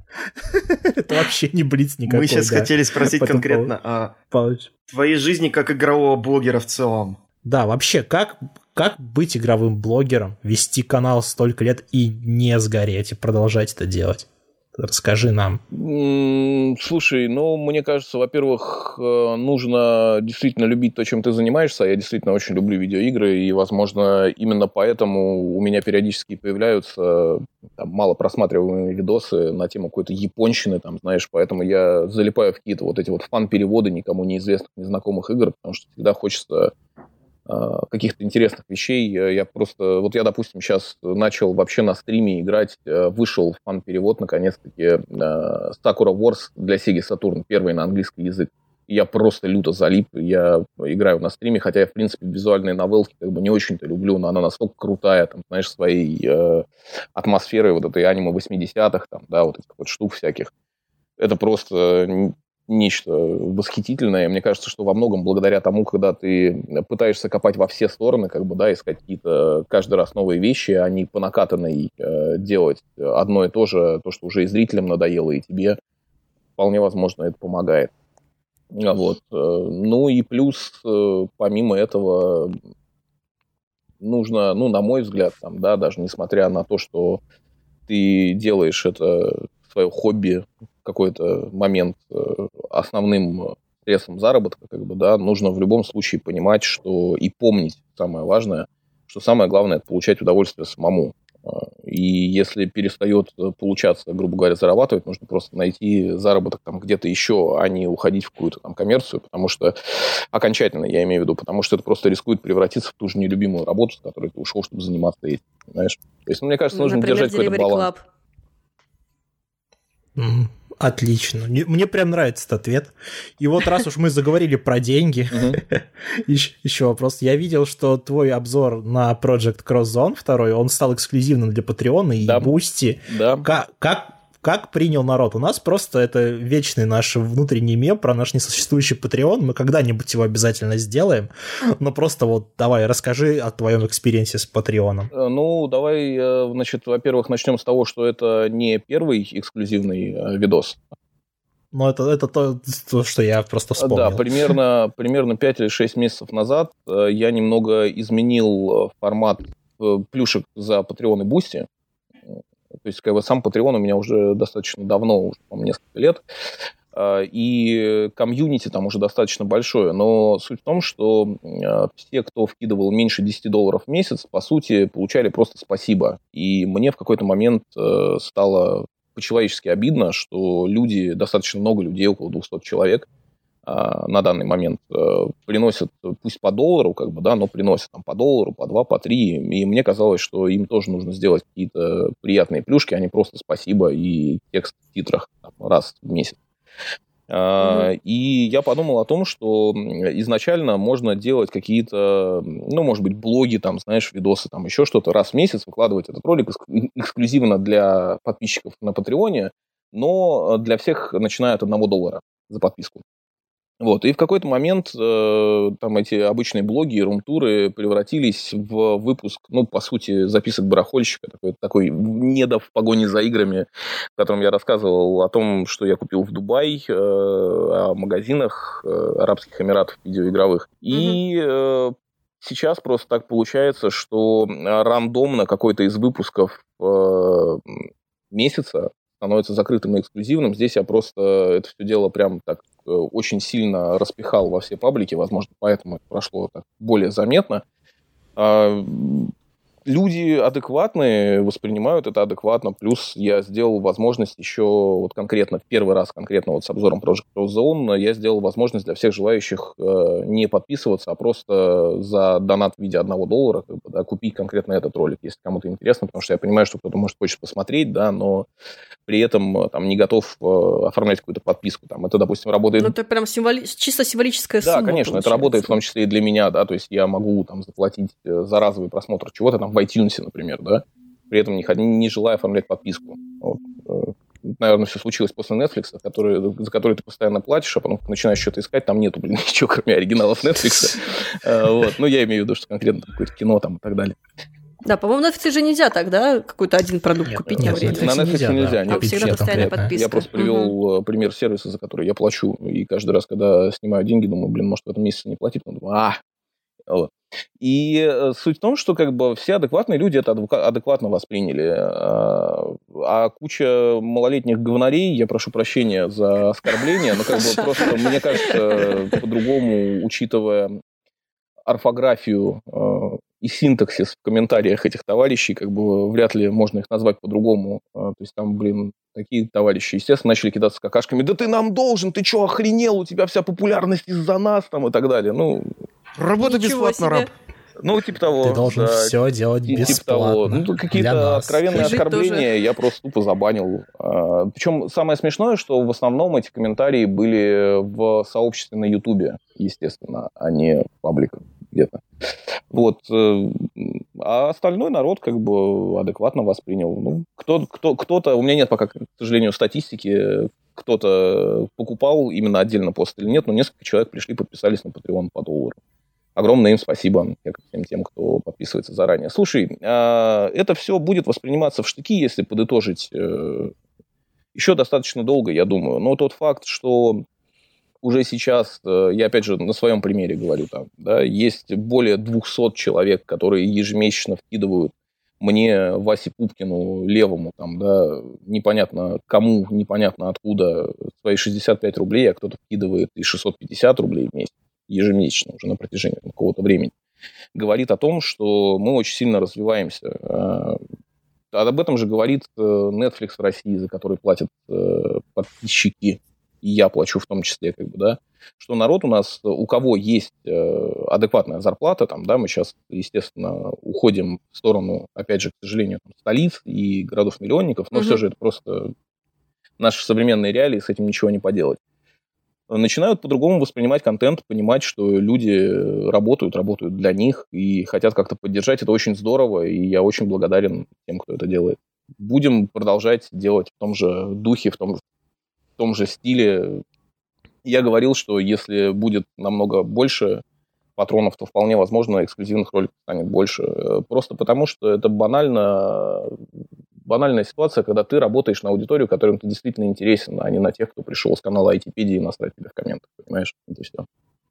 Это вообще не блиц никакой. Мы сейчас хотели спросить конкретно о твоей жизни как игрового блогера в целом. Да, вообще, как, как быть игровым блогером, вести канал столько лет и не сгореть, и продолжать это делать? Расскажи нам. Слушай, ну, мне кажется, во-первых, нужно действительно любить то, чем ты занимаешься. Я действительно очень люблю видеоигры, и, возможно, именно поэтому у меня периодически появляются там, мало просматриваемые видосы на тему какой-то японщины, там, знаешь, поэтому я залипаю в какие-то вот эти вот фан-переводы никому неизвестных, незнакомых игр, потому что всегда хочется каких-то интересных вещей. Я просто... Вот я, допустим, сейчас начал вообще на стриме играть, вышел фан-перевод, наконец-таки, Sakura Wars для Sega Saturn, первый на английский язык. И я просто люто залип. Я играю на стриме, хотя я, в принципе, визуальные новелки как бы не очень-то люблю, но она настолько крутая, там, знаешь, своей э, атмосферой вот этой аниме восьмидесятых, там, да, вот этих вот штук всяких. Это просто... нечто восхитительное. Мне кажется, что во многом благодаря тому, когда ты пытаешься копать во все стороны, как бы, да, искать какие-то каждый раз новые вещи, а не по накатанной э, делать одно и то же, то, что уже и зрителям надоело, и тебе, вполне возможно, это помогает. Вот. Ну и плюс, помимо этого, нужно, ну, на мой взгляд, там, да, даже несмотря на то, что ты делаешь это свое хобби, какой-то момент основным средством заработка, как бы, да, нужно в любом случае понимать, что и помнить самое важное, что самое главное – это получать удовольствие самому. И если перестает получаться, грубо говоря, зарабатывать, нужно просто найти заработок там где-то еще, а не уходить в какую-то там коммерцию, потому что, окончательно я имею в виду, потому что это просто рискует превратиться в ту же нелюбимую работу, с которой ты ушел, чтобы заниматься этим, знаешь. То есть, ну, мне кажется, нужно Например, держать какой-то баланс. Mm. Отлично. Мне прям нравится этот ответ. И вот раз уж мы заговорили про деньги, еще вопрос. Я видел, что твой обзор на Project Cross Zone второй, он стал эксклюзивным для Патреона и Boosty. Да. Как Как принял народ? У нас просто это вечный наш внутренний мем про наш несуществующий Patreon. Мы когда-нибудь его обязательно сделаем. Но просто вот давай, расскажи о твоем экспириенсе с Патреоном. Ну, давай, значит, во-первых, начнем с того, что это не первый эксклюзивный видос. Ну, это, это то, то, что я просто вспомнил. Да, примерно, примерно пять или шесть месяцев назад я немного изменил формат плюшек за Patreon и Boosty. То есть, как бы, сам Patreon у меня уже достаточно давно, уже, по-моему, несколько лет, и комьюнити там уже достаточно большое, но суть в том, что все, кто вкидывал меньше десять долларов в месяц, по сути, получали просто спасибо. И мне в какой-то момент стало по-человечески обидно, что люди, достаточно много людей, около двухсот человек, на данный момент приносят, пусть по доллару, как бы, да, но приносят там по доллару, по два, по три, и мне казалось, что им тоже нужно сделать какие-то приятные плюшки, а не просто спасибо и текст в титрах там, раз в месяц. Mm-hmm. И я подумал о том, что изначально можно делать какие-то, ну, может быть, блоги, там, знаешь, видосы, там, еще что-то, раз в месяц выкладывать этот ролик эксклюзивно для подписчиков на Патреоне, но для всех начиная от одного доллара за подписку. Вот, и в какой-то момент э, там эти обычные блоги и рум-туры превратились в выпуск, ну, по сути, записок барахольщика, такой, такой недо в погоне за играми, в котором я рассказывал о том, что я купил в Дубае, э, о магазинах э, Арабских Эмиратов видеоигровых. Mm-hmm. И э, сейчас просто так получается, что рандомно какой-то из выпусков э, месяца становится закрытым и эксклюзивным. Здесь я просто это все дело прям так очень сильно распихал во все паблики, возможно, поэтому это прошло так более заметно. Люди адекватные воспринимают это адекватно, плюс я сделал возможность еще вот конкретно, в первый раз конкретно вот с обзором Project Cross Zone, я сделал возможность для всех желающих не подписываться, а просто за донат в виде одного доллара как бы, да, купить конкретно этот ролик, если кому-то интересно, потому что я понимаю, что кто-то может хочет посмотреть, да, но при этом там не готов оформлять какую-то подписку. Там, это, допустим, работает... Ну, это прям символи... чисто символическая сумма. Да, конечно, получается. Это работает в том числе и для меня, да, то есть я могу там заплатить за разовый просмотр чего-то там в iTunes, например, да, при этом не, не желая оформлять подписку. Вот. Наверное, все случилось после Netflix, который, за который ты постоянно платишь, а потом начинаешь что-то искать, там нету, блин, ничего, кроме оригиналов Netflix. Вот. Ну, я имею в виду, что конкретно какое-то кино там и так далее. Да, по-моему, на Netflix же нельзя тогда какой-то один продукт нет, купить. Нет, нет, на Netflix нельзя, нельзя. Да. Там всегда постоянная подписка. Я просто привел угу. пример сервиса, за который я плачу, и каждый раз, когда снимаю деньги, думаю, блин, может, в этом месяце не платить, но думаю, а, вот. И суть в том, что как бы все адекватные люди это адекватно восприняли, а куча малолетних говнарей, я прошу прощения за оскорбление, но как бы просто, мне кажется, по-другому, учитывая орфографию и синтаксис в комментариях этих товарищей, как бы вряд ли можно их назвать по-другому. То есть там, блин, такие товарищи, естественно, начали кидаться какашками. Да ты нам должен, ты что, охренел? У тебя вся популярность из-за нас там и так далее. Ну, работа бесплатно, раб. Ну, типа того. Ты должен да, все делать типа бесплатно. Того. Ну, какие-то откровенные Жить оскорбления тоже. Я просто тупо забанил. А, причем самое смешное, что в основном эти комментарии были в сообществе на Ютубе, естественно, а не в пабликах где-то. Вот. А остальной народ как бы адекватно воспринял. Ну, кто, кто, кто-то, у меня нет пока, к сожалению, статистики, кто-то покупал именно отдельно пост или нет, но несколько человек пришли, подписались на Patreon по доллару. Огромное им спасибо всем тем, кто подписывается заранее. Слушай, это все будет восприниматься в штыки, если подытожить еще достаточно долго, я думаю. Но тот факт, что уже сейчас, я опять же на своем примере говорю, там, да, есть более двухсот человек, которые ежемесячно вкидывают мне, Васе Пупкину, левому, там, да, непонятно кому, непонятно откуда, свои шестьдесят пять рублей, а кто-то вкидывает и шестьсот пятьдесят рублей в месяц. Ежемесячно уже на протяжении какого-то времени, говорит о том, что мы очень сильно развиваемся. Об этом же говорит Netflix в России, за который платят подписчики, и я плачу в том числе, как бы, да, что народ у нас, у кого есть адекватная зарплата, там, да, мы сейчас, естественно, уходим в сторону, опять же, к сожалению, там, столиц и городов-миллионников, но угу. все же это просто наши современные реалии, с этим ничего не поделать. Начинают по-другому воспринимать контент, понимать, что люди работают, работают для них и хотят как-то поддержать. Это очень здорово, и я очень благодарен тем, кто это делает. Будем продолжать делать в том же духе, в том, в том же стиле. Я говорил, что если будет намного больше патронов, то вполне возможно эксклюзивных роликов станет больше. Просто потому, что это банально... банальная ситуация, когда ты работаешь на аудиторию, которым ты действительно интересен, а не на тех, кто пришел с канала Айтипедии и насрать тебе в комментах, понимаешь? Это все.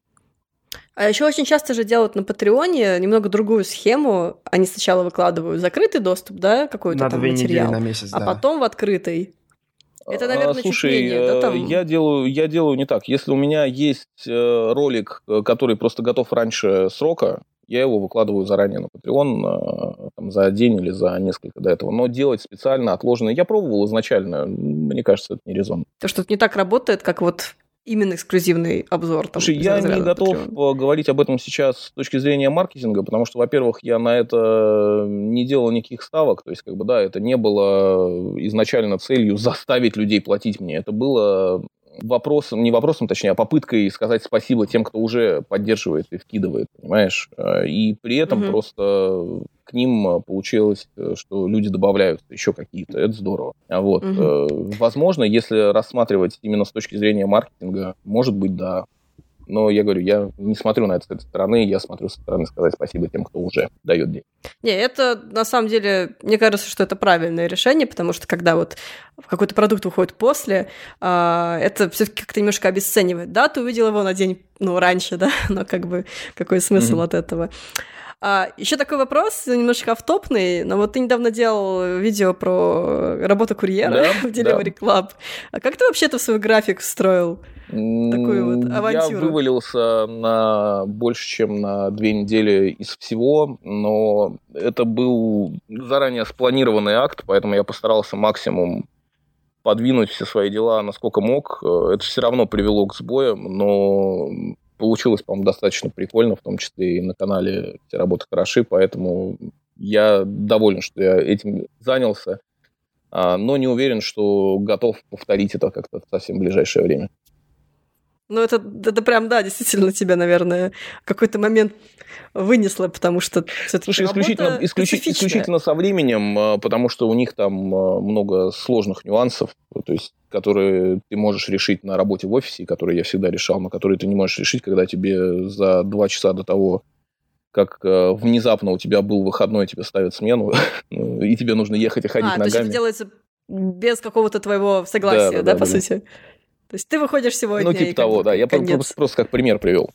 А еще очень часто же делают на Патреоне немного другую схему. Они сначала выкладывают закрытый доступ, да, какой-то на там две материал, недели на месяц, а да. потом в открытый. Это, наверное, Слушай, чуть менее, да, там... я делаю, я делаю не так. Если у меня есть ролик, который просто готов раньше срока, я его выкладываю заранее на Patreon там, за день или за несколько до этого. Но делать специально отложенное я пробовал изначально. Мне кажется, это не резон. То, что это не так работает, как вот именно эксклюзивный обзор. Там, Слушай, я не готов Patreon. говорить об этом сейчас с точки зрения маркетинга, потому что, во-первых, я на это не делал никаких ставок. То есть, как бы, да, это не было изначально целью заставить людей платить мне. Это было вопросом, не вопросом, точнее, а попыткой сказать спасибо тем, кто уже поддерживает и вкидывает, понимаешь? И при этом mm-hmm. просто к ним получилось, что люди добавляются еще какие-то. Это здорово. Вот. Mm-hmm. Возможно, если рассматривать именно с точки зрения маркетинга, может быть, да. Но я говорю, я не смотрю на это с этой стороны, я смотрю со стороны сказать спасибо тем, кто уже дает деньги. Не, это на самом деле, мне кажется, что это правильное решение, потому что когда вот какой-то продукт выходит после, это все-таки как-то немножко обесценивает. Да, ты увидел его на день, ну, раньше, да, но как бы какой смысл mm-hmm. от этого? А, еще такой вопрос, немножечко автопный, но вот ты недавно делал видео про работу курьера да, в Delivery да. Club. А как ты вообще-то в свой график встроил такую вот авантюру? Я вывалился на больше, чем на две недели из всего, но это был заранее спланированный акт, поэтому я постарался максимум подвинуть все свои дела, насколько мог. Это все равно привело к сбоям, но... Получилось, по-моему, достаточно прикольно, в том числе и на канале все работы хороши, поэтому я доволен, что я этим занялся, но не уверен, что готов повторить это как-то в совсем ближайшее время. Ну, это, это прям, да, действительно тебя, наверное, в какой-то момент вынесло, потому что все-таки Слушай, исключительно, исключительно, исключительно со временем, потому что у них там много сложных нюансов, то есть, которые ты можешь решить на работе в офисе, которые я всегда решал, но которые ты не можешь решить, когда тебе за два часа до того, как внезапно у тебя был выходной, тебе ставят смену, и тебе нужно ехать и ходить а, ногами. То есть это делается без какого-то твоего согласия, да, да, да, да по да. сути? То есть ты выходишь сегодня... Ну, типа того, да. Я просто, просто как пример привел.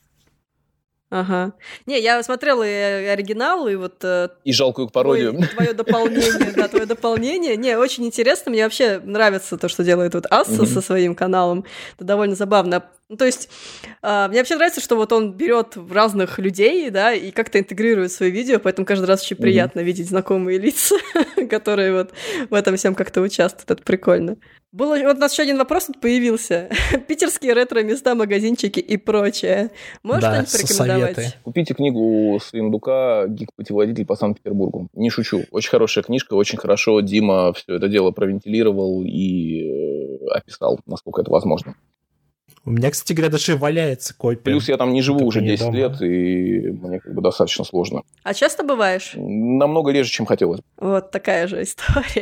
Ага. Не, я смотрела и оригинал, и вот... И жалкую пародию. Твое, твое дополнение, да, твое дополнение. Не, очень интересно. Мне вообще нравится то, что делает вот Асса mm-hmm. со своим каналом. Это довольно забавно. Ну, то есть, э, мне вообще нравится, что вот он берет разных людей, да, и как-то интегрирует свои видео, поэтому каждый раз очень mm-hmm. приятно видеть знакомые лица, которые вот в этом всем как-то участвуют. Это прикольно. Было, вот у нас еще один вопрос тут появился. Питерские ретро-места, магазинчики и прочее. Можешь да, что-нибудь порекомендовать? Советы. Купите книгу Свиндука «Гик-путеводитель по Санкт-Петербургу». Не шучу. Очень хорошая книжка, очень хорошо Дима все это дело провентилировал и э, описал, насколько это возможно. У меня, кстати говоря, даже валяется копия. Плюс я там не живу уже десять дома. Лет, и мне как бы достаточно сложно. А часто бываешь? Намного реже, чем хотелось. Вот такая же история.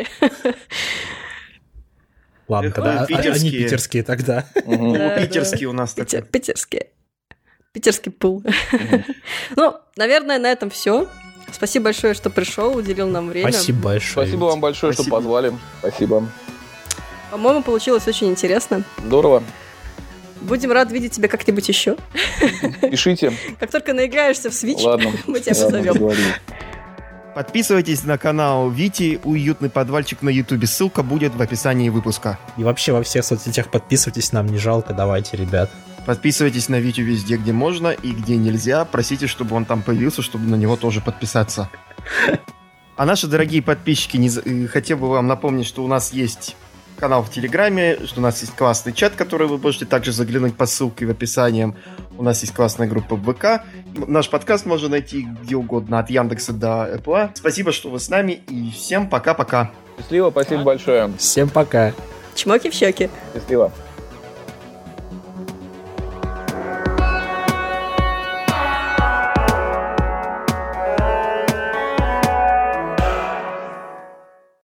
Ладно, тогда питерские. Они питерские тогда. Угу. Да, питерские да. У нас Питер, такой. Питерские. Питерский пул. Угу. Ну, наверное, на этом все. Спасибо большое, что пришел, уделил нам время. Спасибо большое. Спасибо вам большое, Спасибо. Что позвали. Спасибо. По-моему, получилось очень интересно. Здорово. Будем рады видеть тебя как-нибудь еще. Пишите. Как только наиграешься в Switch, Ладно. мы тебя позовем. Подписывайтесь на канал Вити, уютный подвальчик на Ютубе. Ссылка будет в описании выпуска. И вообще во всех соцсетях подписывайтесь, нам не жалко, давайте, ребят. Подписывайтесь на Витю везде, где можно и где нельзя. Просите, чтобы он там появился, чтобы на него тоже подписаться. А наши дорогие подписчики, не... хотел бы вам напомнить, что у нас есть канал в Телеграме, что у нас есть классный чат, который вы можете также заглянуть по ссылке в описании. У нас есть классная группа в ВК. Наш подкаст можно найти где угодно, от Яндекса до Apple. Спасибо, что вы с нами, и всем пока-пока. Счастливо, спасибо большое. Всем пока. Чмоки в щеки. Счастливо.